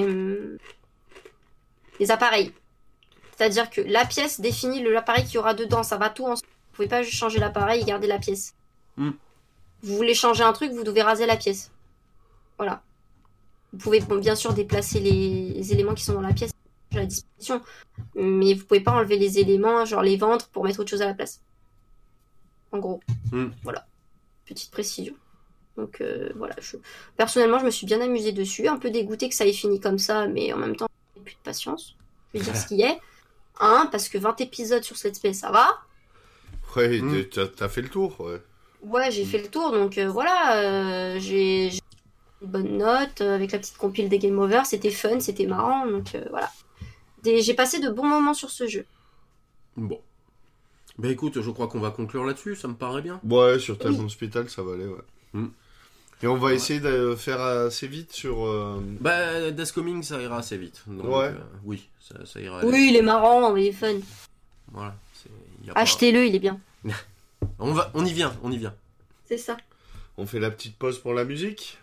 les appareils. C'est-à-dire que la pièce définit l'appareil qu'il y aura dedans, ça va tout ensemble. Vous pouvez pas juste changer l'appareil et garder la pièce. Vous voulez changer un truc, vous devez raser la pièce. Voilà. Vous pouvez bien sûr déplacer les éléments qui sont dans la pièce à la disposition, mais vous pouvez pas enlever les éléments, genre les ventres, pour mettre autre chose à la place. En gros. Voilà. petite précision. Donc voilà, personnellement, je me suis bien amusée dessus. Un peu dégoûtée que ça ait fini comme ça, mais en même temps, j'ai plus de patience. Je vais dire ce qui est. Parce que 20 épisodes sur cette espèce, ça va. Ouais, t'as fait le tour, ouais. Ouais, j'ai fait le tour, donc voilà. J'ai une bonne note avec la petite compile des Game Over. C'était fun, c'était marrant, donc voilà. J'ai passé de bons moments sur ce jeu. Bon. Ben écoute, je crois qu'on va conclure là-dessus, ça me paraît bien. Ouais, sur Time Hospital, ça va aller, ouais. Et on va essayer de faire assez vite sur... Death Coming, ça ira assez vite. Donc, ouais. Oui, ça ira. Oui, il est marrant, il est fun. Voilà. Achetez-le, il est bien. On y vient. C'est ça. On fait la petite pause pour la musique.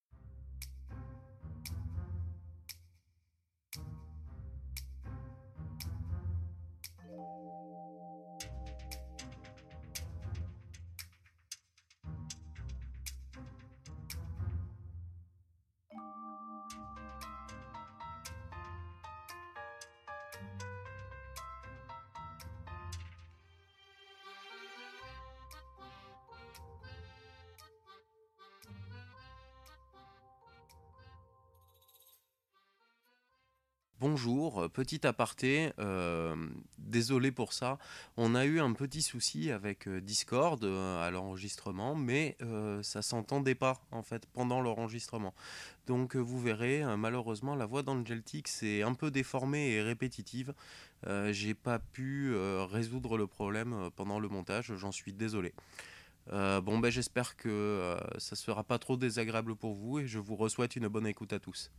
Bonjour, petit aparté, désolé pour ça, on a eu un petit souci avec Discord à l'enregistrement, mais ça s'entendait pas en fait pendant l'enregistrement. Donc vous verrez, malheureusement la voix d'Angeltix est un peu déformée et répétitive. J'ai pas pu résoudre le problème pendant le montage, j'en suis désolé. J'espère que ça sera pas trop désagréable pour vous et je vous souhaite une bonne écoute à tous.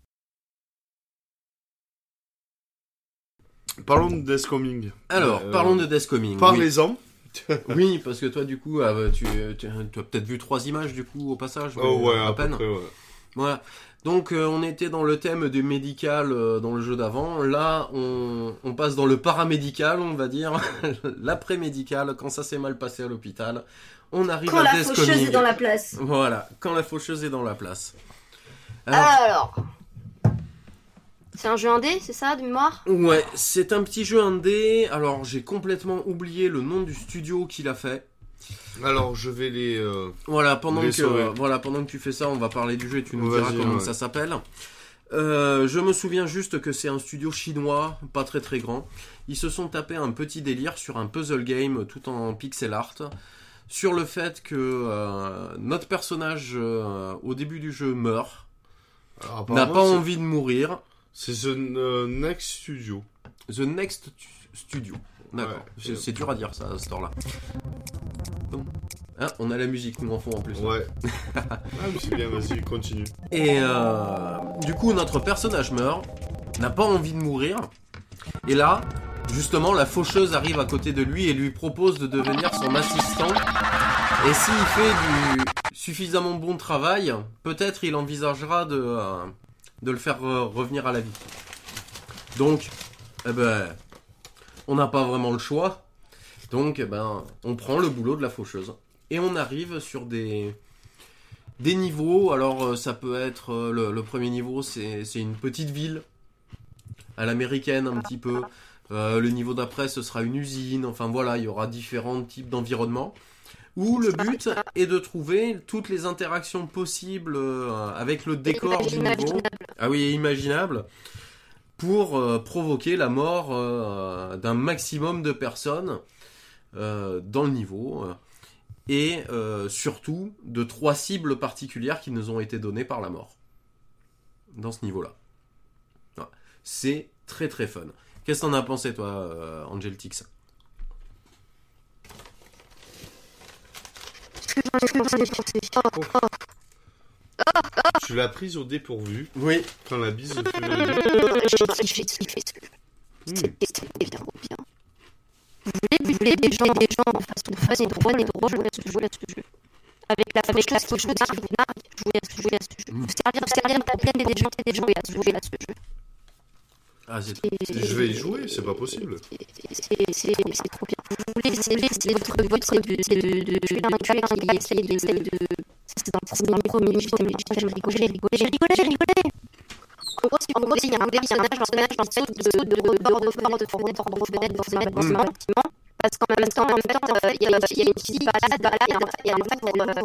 Parlons de Death Coming. Alors, parlons de Death Coming. Parlez-en. Oui, parce que toi, du coup, tu as peut-être vu 3 images, du coup, au passage. Ouais, à peine. Près, ouais. Voilà. Donc, on était dans le thème du médical dans le jeu d'avant. Là, on passe dans le paramédical, on va dire. L'après-médical, quand ça s'est mal passé à l'hôpital. On arrive à Death Coming. Quand la faucheuse est dans la place. Voilà, quand la faucheuse est dans la place. Alors... C'est un jeu indé, c'est ça, de mémoire ? Ouais, c'est un petit jeu indé. Alors, j'ai complètement oublié le nom du studio qui l'a fait. Alors, je vais les... Voilà, pendant que tu fais ça, on va parler du jeu et tu nous diras comment ça s'appelle. Je me souviens juste que c'est un studio chinois, pas très très grand. Ils se sont tapés un petit délire sur un puzzle game tout en pixel art. Sur le fait que notre personnage, au début du jeu, meurt. N'a pas envie de mourir. C'est The Next Studio. The Next Studio. D'accord. Ouais, c'est dur à dire ça, à ce temps-là. On a la musique, nous en fond en plus. Ouais. Mais c'est bien, vas-y, continue. Et du coup, notre personnage meurt, n'a pas envie de mourir. Et là, justement, la faucheuse arrive à côté de lui et lui propose de devenir son assistant. Et s'il fait du suffisamment bon travail, peut-être il envisagera de le faire revenir à la vie. Donc, on n'a pas vraiment le choix. Donc, on prend le boulot de la faucheuse. Et on arrive sur des niveaux. Alors, ça peut être... le premier niveau, c'est une petite ville. À l'américaine, un petit peu. Le niveau d'après, ce sera une usine. Enfin, voilà, il y aura différents types d'environnements. Où le but est de trouver toutes les interactions possibles avec le décor du niveau. Ah oui, imaginable. Pour provoquer la mort d'un maximum de personnes dans le niveau. Et surtout de 3 cibles particulières qui nous ont été données par la mort. Dans ce niveau-là. Voilà. C'est très très fun. Qu'est-ce que t'en as pensé, toi, Angeltix ? Tu l'as prise au dépourvu. Oui. Quand la bise fait C'est évidemment bien. Vous voulez des gens en face et droit jouer à ce jeu. Avec la faucheuse qui vous nargue, jouer à ce jeu. Vous servir de problème des gens jouer à ce jeu. Je vais y jouer, c'est pas possible. C'est trop bien. Vous voulez c'est votre de tuer un tueur qui essaye de... C'est dans le premier, j'ai rigolé. En gros, il y a un personnage qui saute de bord de fenêtre dans un bâtiment Parce qu'en même temps, il y a une fille qui balade, et en fait, elle a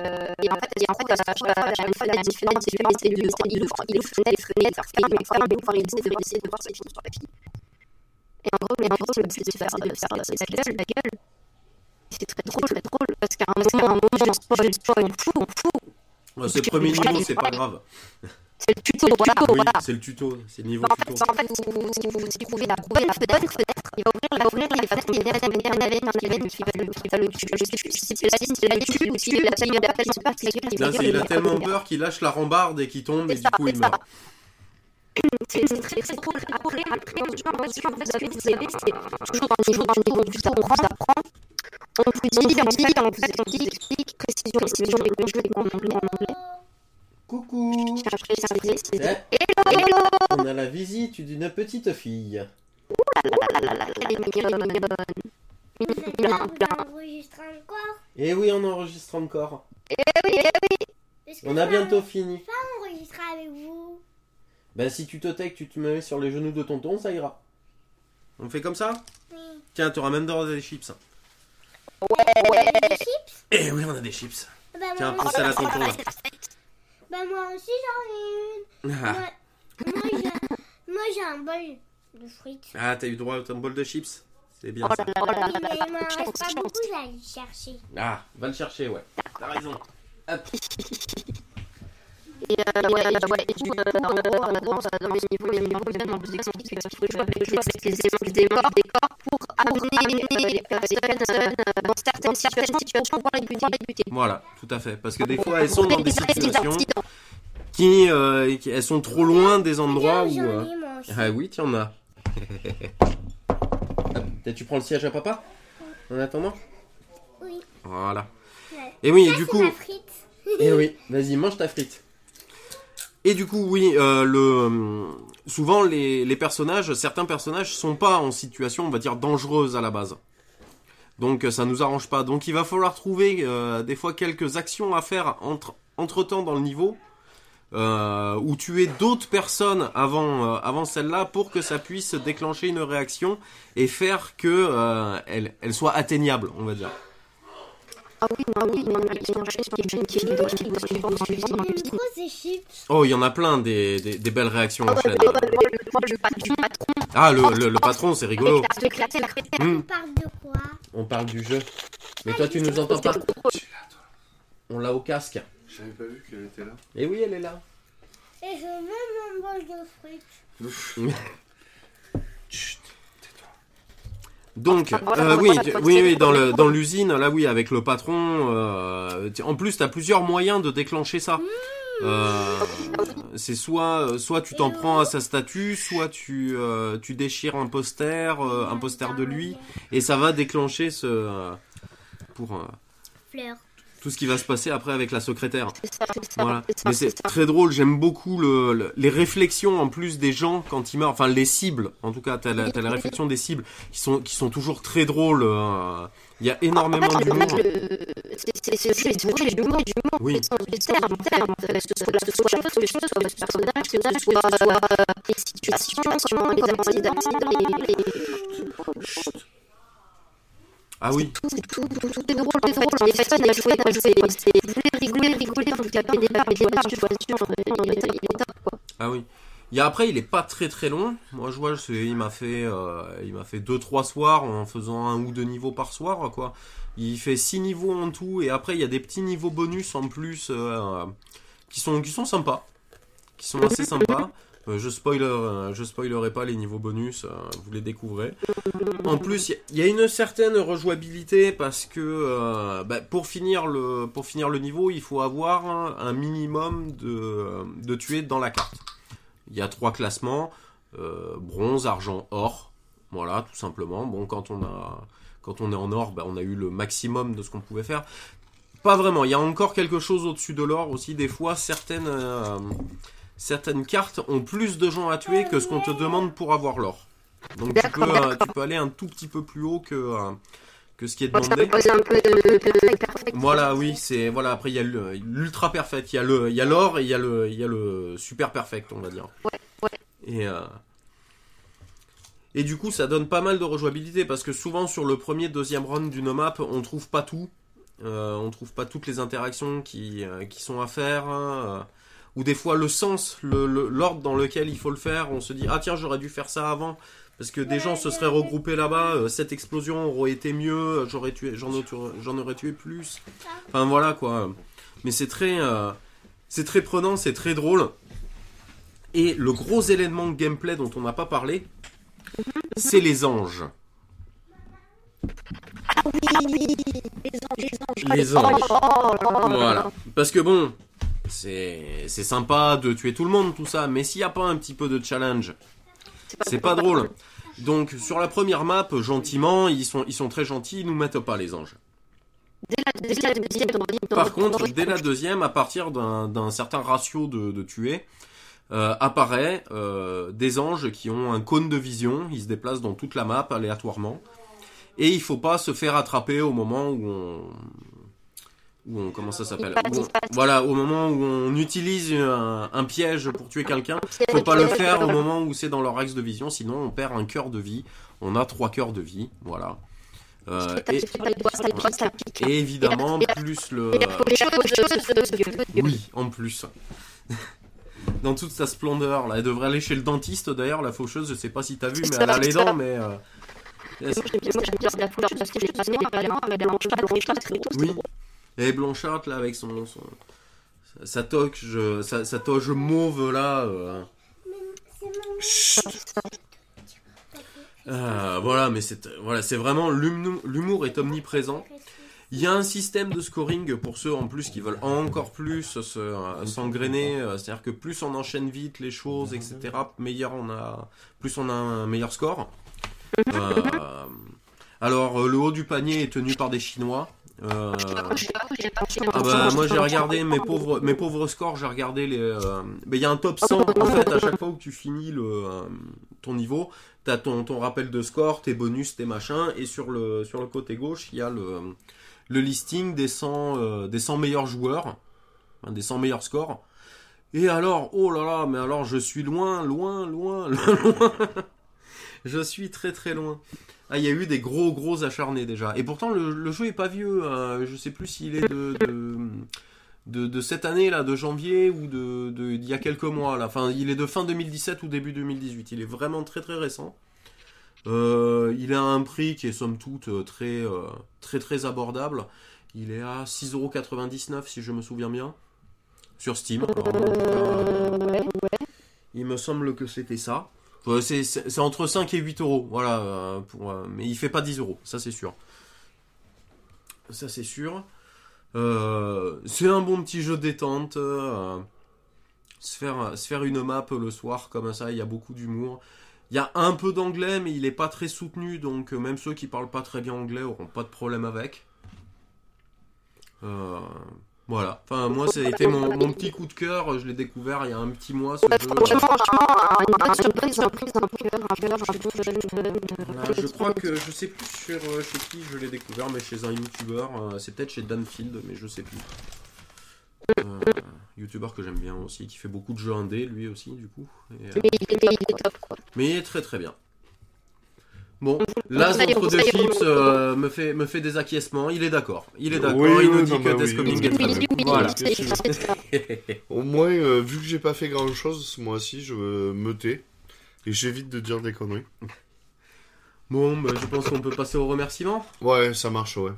une fenêtre différente, il ouvre les fenêtres, ferme, il essaie de voir ses films sur la fille. Et en gros, le but, c'est de faire la gueule. C'est très drôle, parce qu'à un moment, on spoil, on fout. C'est le premier niveau, c'est pas grave. C'est le tuto, voilà. Oui, c'est le tuto, c'est le niveau tuto. En fait, si vous pouvez la fenêtre, il va ouvrir la fenêtre, il y a un élément qui va le tuer. Je sais plus si c'est la tue ou si la taille de la page, je sais pas. Là, il a tellement peur qu'il lâche la rambarde et qu'il tombe et du coup il meurt. C'est très drôle. Après, vous savez, c'est toujours dans le niveau du temps, on apprend. On vous explique précision les jeux en anglais. Coucou. Hello. On a la visite d'une petite fille. Elle est mignonne. Vous enregistrez encore? Eh oui, on enregistre encore. Eh oui. On a bientôt fini. Pas enregistrer avec vous. Ben si tu te tais que tu te mets sur les genoux de tonton, ça ira. On fait comme ça? Oui. Tiens, tu auras même des chips. Ouais. Des chips? Eh oui, on a des chips. Bah, Tiens, moi prends celle à tonton là. Bah moi aussi j'en ai une. Ah, Moi j'ai un bol de frites. Ah, t'as eu droit à ton bol de chips? C'est bien ça. Mais il m'en reste pas beaucoup, j'allais le chercher. Ah, va le chercher, ouais. T'as raison. Hop. Et du coup, dans les niveaux, il faut jouer avec les éléments des corps pour amener les personnes dans certaines situations pour les buter. Voilà, tout à fait. Parce que des fois, elles sont dans des situations qui elles sont trop loin des endroits où... J'en ai moi aussi. Ah oui, tu en as. Hop, tu prends le siège à papa en attendant? Oui. Voilà. Ouais. Et oui, Ça, et du c'est coup... ma frite. Et oui, vas-y, mange ta frite. Et du coup, oui, souvent les personnages, certains personnages sont pas en situation, on va dire, dangereuse à la base. Donc ça nous arrange pas. Donc il va falloir trouver des fois quelques actions à faire entre-temps dans le niveau, ou tuer d'autres personnes avant celle-là pour que ça puisse déclencher une réaction et faire que elle soit atteignable, on va dire. Ah oui, non, Trop ces chips. Oh, il y en a plein des belles réactions en chaîne. le patron. Ah, le patron, c'est rigolo. On parle de quoi? On parle du jeu. Mais toi, tu nous entends pas. On l'a au casque. J'avais pas vu qu'elle était là. Et oui, elle est là. Et je veux mon bol de frites. Chut, tais-toi. Donc, oui, dans l'usine, là, oui, avec le patron. En plus, t'as plusieurs moyens de déclencher ça. C'est soit tu t'en prends à sa statue, soit tu déchires un poster de lui, et ça va déclencher Fleur. tout ce qui va se passer après avec la secrétaire. Voilà. Mais c'est très drôle, j'aime beaucoup les réflexions en plus des gens quand ils meurent, enfin les cibles, en tout cas t'as la réflexion des cibles qui sont toujours très drôles. Il y a énormément d'humour. C'est du humour. Oui. Que ce soit des situations, des accidents, Ah oui. tout est drôle. Les personnes à jouer. Vous voulez rigoler, vous tapez des barres, je vois sûr, il est top, quoi. Ah oui. Après, il est pas très très long. Moi, je vois, il m'a fait 2-3 soirs en faisant 1 ou 2 niveaux par soir, quoi. Il fait 6 niveaux en tout, et après, il y a des petits niveaux bonus en plus qui sont sympas, qui sont assez sympas. Je spoilerai pas les niveaux bonus, vous les découvrez. En plus, il y a une certaine rejouabilité parce que pour finir le niveau, il faut avoir un minimum de tués dans la carte. Il y a 3 classements, bronze, argent, or. Voilà, tout simplement. Bon, quand on est en or, on a eu le maximum de ce qu'on pouvait faire. Pas vraiment, il y a encore quelque chose au-dessus de l'or aussi. Des fois, certaines cartes ont plus de gens à tuer que ce qu'on te demande pour avoir l'or. Donc tu peux aller un tout petit peu plus haut que ce qui est demandé. Voilà, oui, après il y a l'ultra perfect, il y a l'or et il y a le super perfect, on va dire. Ouais. Et du coup, ça donne pas mal de rejouabilité parce que souvent sur le premier, deuxième run d'une map, on trouve pas tout. On trouve pas toutes les interactions qui sont à faire. Ou des fois, le sens, l'ordre dans lequel il faut le faire, on se dit « Ah tiens, j'aurais dû faire ça avant. » Parce que des gens se seraient regroupés là-bas, cette explosion aurait été mieux, j'en aurais tué plus. Enfin voilà quoi. Mais c'est très prenant, c'est très drôle. Et le gros élément de gameplay dont on n'a pas parlé, c'est les anges. Ah oui, les anges. Voilà. Parce que bon, c'est sympa de tuer tout le monde, tout ça, mais s'il n'y a pas un petit peu de challenge, c'est pas drôle. Donc sur la première map, gentiment, ils sont très gentils, ils nous mettent pas les anges. Par contre, dès la deuxième, à partir d'un certain ratio de tués, apparaît des anges qui ont un cône de vision, ils se déplacent dans toute la map aléatoirement, et il faut pas se faire attraper au moment où on comment ça s'appelle ? Voilà, au moment où on utilise un piège pour tuer quelqu'un, faut pas le faire au moment où c'est dans leur axe de vision, sinon on perd un cœur de vie. On a 3 cœurs de vie, voilà. Et évidemment, plus le... Oui, en plus. Dans toute sa splendeur, là, elle devrait aller chez le dentiste d'ailleurs, la faucheuse, je sais pas si t'as vu, mais elle a les dents, mais... Oui. Et Blanchard là avec sa toge mauve là. Voilà, mais c'est vraiment l'humour est omniprésent. Il y a un système de scoring pour ceux en plus qui veulent encore plus s'engrainer, c'est-à-dire que plus on enchaîne vite les choses, etc. Plus on a un meilleur score. Alors le haut du panier est tenu par des Chinois. Moi j'ai regardé mes pauvres scores, j'ai regardé il y a un top 100 en fait à chaque fois où tu finis ton niveau, t'as ton rappel de score, tes bonus, tes machins, et sur le côté gauche il y a le listing des 100 meilleurs joueurs, enfin, des 100 meilleurs scores. Et alors, oh là là, mais alors je suis loin. Je suis très très loin. Ah, il y a eu des gros acharnés déjà. Et pourtant, le jeu est pas vieux. Je sais plus s'il est de cette année là, de janvier ou d'il y a quelques mois là. Enfin, il est de fin 2017 ou début 2018. Il est vraiment très très récent. Il a un prix qui est somme toute très abordable. Il est à 6,99€ si je me souviens bien. Sur Steam. Il me semble que c'était ça. C'est entre 5 et 8 euros, voilà, mais il fait pas 10 euros, ça c'est sûr. Ça c'est sûr. C'est un bon petit jeu détente. Se faire une map le soir comme ça, il y a beaucoup d'humour. Il y a un peu d'anglais, mais il est pas très soutenu, donc même ceux qui parlent pas très bien anglais auront pas de problème avec. Voilà, enfin moi ça a été mon petit coup de cœur, je l'ai découvert il y a un petit mois ce jeu. Franchement, une bonne surprise, un cœur. Voilà, je crois que je sais plus chez qui je l'ai découvert, mais chez un youtubeur, c'est peut-être chez Danfield, mais je sais plus. Youtubeur que j'aime bien aussi, qui fait beaucoup de jeux indés lui aussi du coup. Mais il est top quoi. Mais il est très très bien. Bon, l'as entre deux chips me fait des acquiescements, il est d'accord. Il nous dit que Death Coming est très bien. Voilà. Au moins, vu que j'ai pas fait grand chose ce mois-ci, je me tais et j'évite de dire des conneries. Bon, je pense qu'on peut passer aux remerciements. Ouais, ça marche, ouais.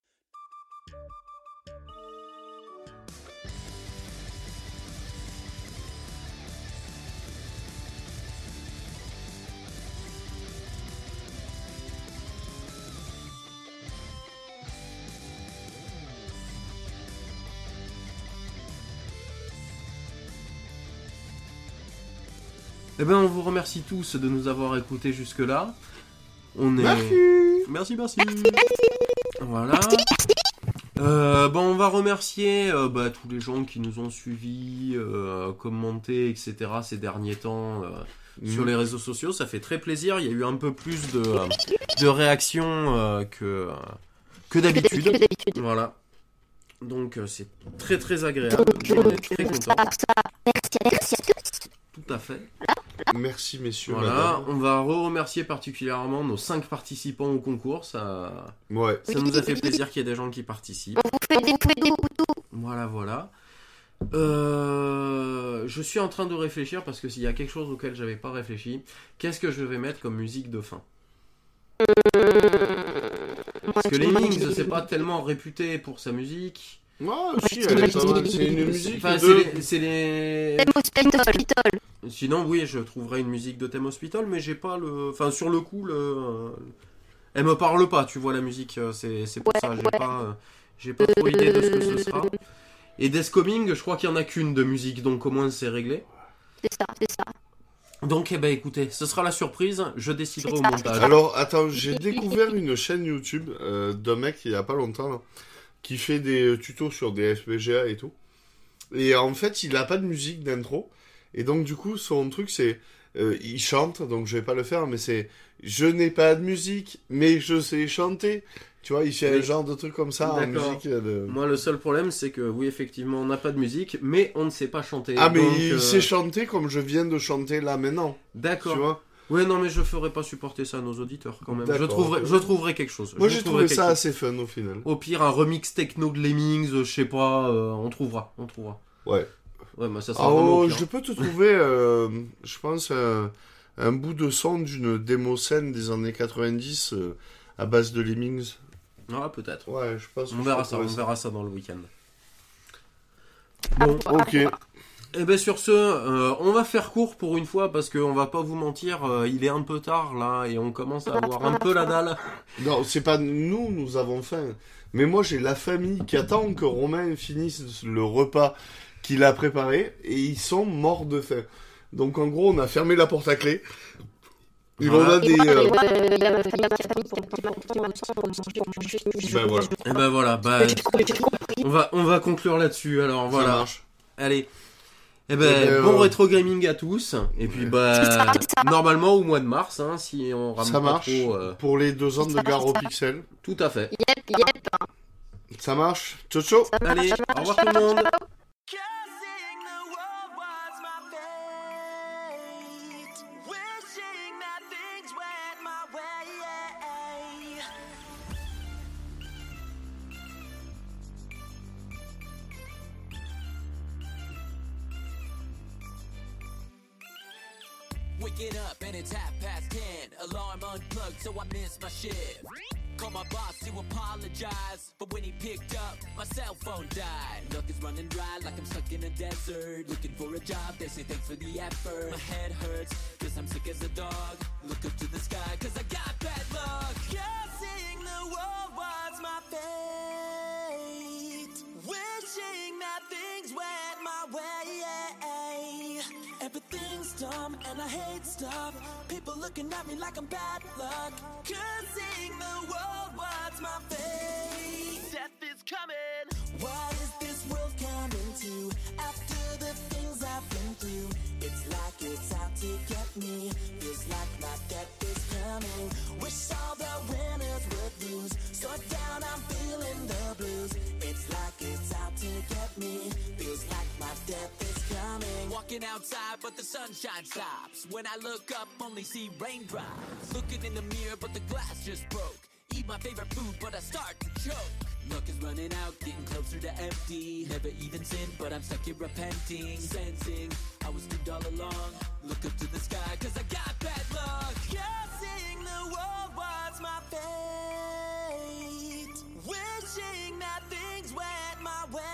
Eh ben, on vous remercie tous de nous avoir écoutés jusque-là. Merci. Voilà. On va remercier tous les gens qui nous ont suivis, commenté, etc. ces derniers temps sur les réseaux sociaux. Ça fait très plaisir. Il y a eu un peu plus de réactions que d'habitude. Voilà. Donc c'est très agréable. On est très contents. Merci à tous. Tout à fait. Merci messieurs, Voilà, madame. on va remercier particulièrement nos 5 participants au concours. Ça nous a fait plaisir qu'il y ait des gens qui participent. On vous fait des coups. Voilà. Je suis en train de réfléchir parce que s'il y a quelque chose auquel j'avais pas réfléchi, qu'est-ce que je vais mettre comme musique de fin? Parce que Lemmings, c'est pas tellement réputé pour sa musique. Ouais, si, elle est pas mal. C'est une musique Enfin, de... c'est les... Thème Hospital. Sinon, oui, je trouverais une musique de thème Hospital, mais j'ai pas le... Enfin, sur le coup, elle me parle pas, tu vois, la musique. C'est pour ça, j'ai pas trop idée de ce que ce sera. Et Death Coming, je crois qu'il y en a qu'une de musique, donc au moins c'est réglé. C'est ça. Donc, écoutez, ce sera la surprise, je déciderai au montage. Alors, attends, j'ai découvert une chaîne YouTube d'un mec il y a pas longtemps, là, qui fait des tutos sur des FPGA et tout. Et en fait, il a pas de musique d'intro. Et donc, du coup, son truc, c'est... il chante, donc je vais pas le faire, mais c'est... Je n'ai pas de musique, mais je sais chanter. Tu vois, il fait un genre de truc comme ça en musique. Moi, le seul problème, c'est que, oui, effectivement, on n'a pas de musique, mais on ne sait pas chanter. Ah, mais donc, il sait chanter comme je viens de chanter là maintenant. D'accord. Tu vois? Ouais, non, mais je ferai pas supporter ça à nos auditeurs quand même. Je trouverai quelque chose. Moi, j'ai trouvé ça assez fun au final. Au pire, un remix techno de Lemmings, je sais pas, on trouvera. Ouais. Ouais, bah ça sera vraiment pire. Je peux te trouver, je pense, un bout de son d'une démo scène des années 90 à base de Lemmings. Ah, peut-être. Ouais, je pense. On verra ça dans le week-end. Bon, ok. Et ben sur ce, on va faire court pour une fois parce qu'on va pas vous mentir, il est un peu tard là et on commence à avoir un peu la dalle. Non, c'est pas nous avons faim. Mais moi j'ai la famille qui attend que Romain finisse le repas qu'il a préparé et ils sont morts de faim. Donc en gros on a fermé la porte à clé. Et on a des... Ben voilà, on va conclure là-dessus alors voilà. Ça marche. Allez. Bon rétro gaming à tous. Et puis normalement au mois de mars, hein, si on ramène ça marche trop, pour les 2 ans de Garo Pixel. Tout à fait. Yep. Ça marche. Ciao. Allez, au revoir tout le monde. Waking up and it's 10:30. Alarm unplugged, so I missed my shift. Call my boss to apologize, but when he picked up, my cell phone died. Luck is running dry like I'm stuck in a desert. Looking for a job, they say thanks for the effort. My head hurts, cause I'm sick as a dog. Look up to the sky, cause I got bad luck. Cursing the world was my fate. Wishing that things went my way. Everything's dumb and I hate stuff. People looking at me like I'm bad luck. Cursing the world, what's my fate? Death is coming. What is this world coming to? After the things I've been through, it's like it's out to get me. Feels like my death is coming. Wish all the winners would lose. So down, I'm feeling the blues. It's like it's out to get me. Feels like my death is coming. Walking outside, but the sunshine stops. When I look up, only see raindrops. Looking in the mirror, but the glass just broke. Eat my favorite food, but I start to choke. Luck is running out, getting closer to empty. Never even sinned, but I'm stuck here repenting. Sensing I was doomed all along. Look up to the sky, cause I got bad luck. Guessing the world was my fate. Wishing that things went my way.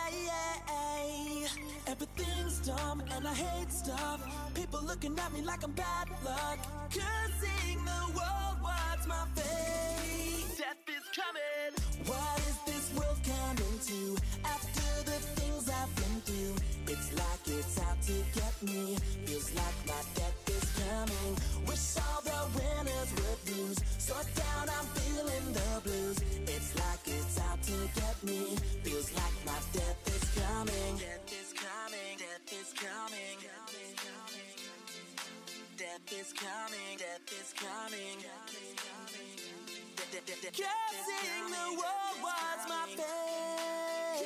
Everything's dumb and I hate stuff. People looking at me like I'm bad luck. Cursing the world, what's my fate? Death is coming. What is this world coming to? After the things I've been through, it's like it's out to get me. Feels like my death is coming. Wish all the winners would lose. So down, I'm feeling the blues. It's like it's out to get me. Feels like my death is coming. Death is coming. Death is coming. Death is coming. Death is coming. Cursing the world was my fate.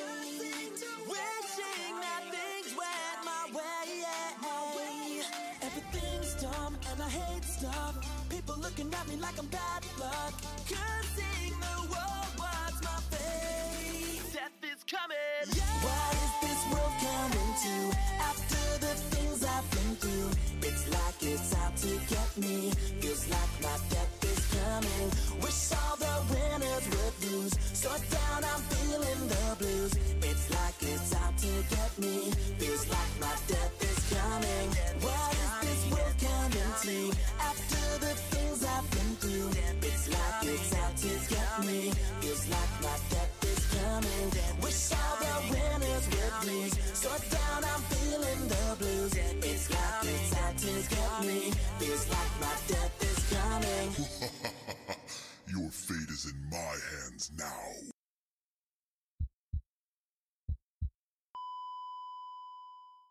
Wishing that things went my way. Everything's dumb And I hate stuff. People looking at me like I'm bad luck. Cursing the world, what's my fate? Death is coming. Yeah. What is this world coming to? After the things I've been through, it's like it's out to get me. Feels like my death is coming. Wish all the winners would lose. So down, I'm feeling the blues. It's like it's out to get me. Feels like my death is coming. What is this world coming to? After the things I've been through, it's like it's out to get me. Feels like my death is coming. Wish all the winners would lose. So down, I'm feeling the blues. It's like it's out to get me. Feels like my death is coming. Your fate is in my hands now.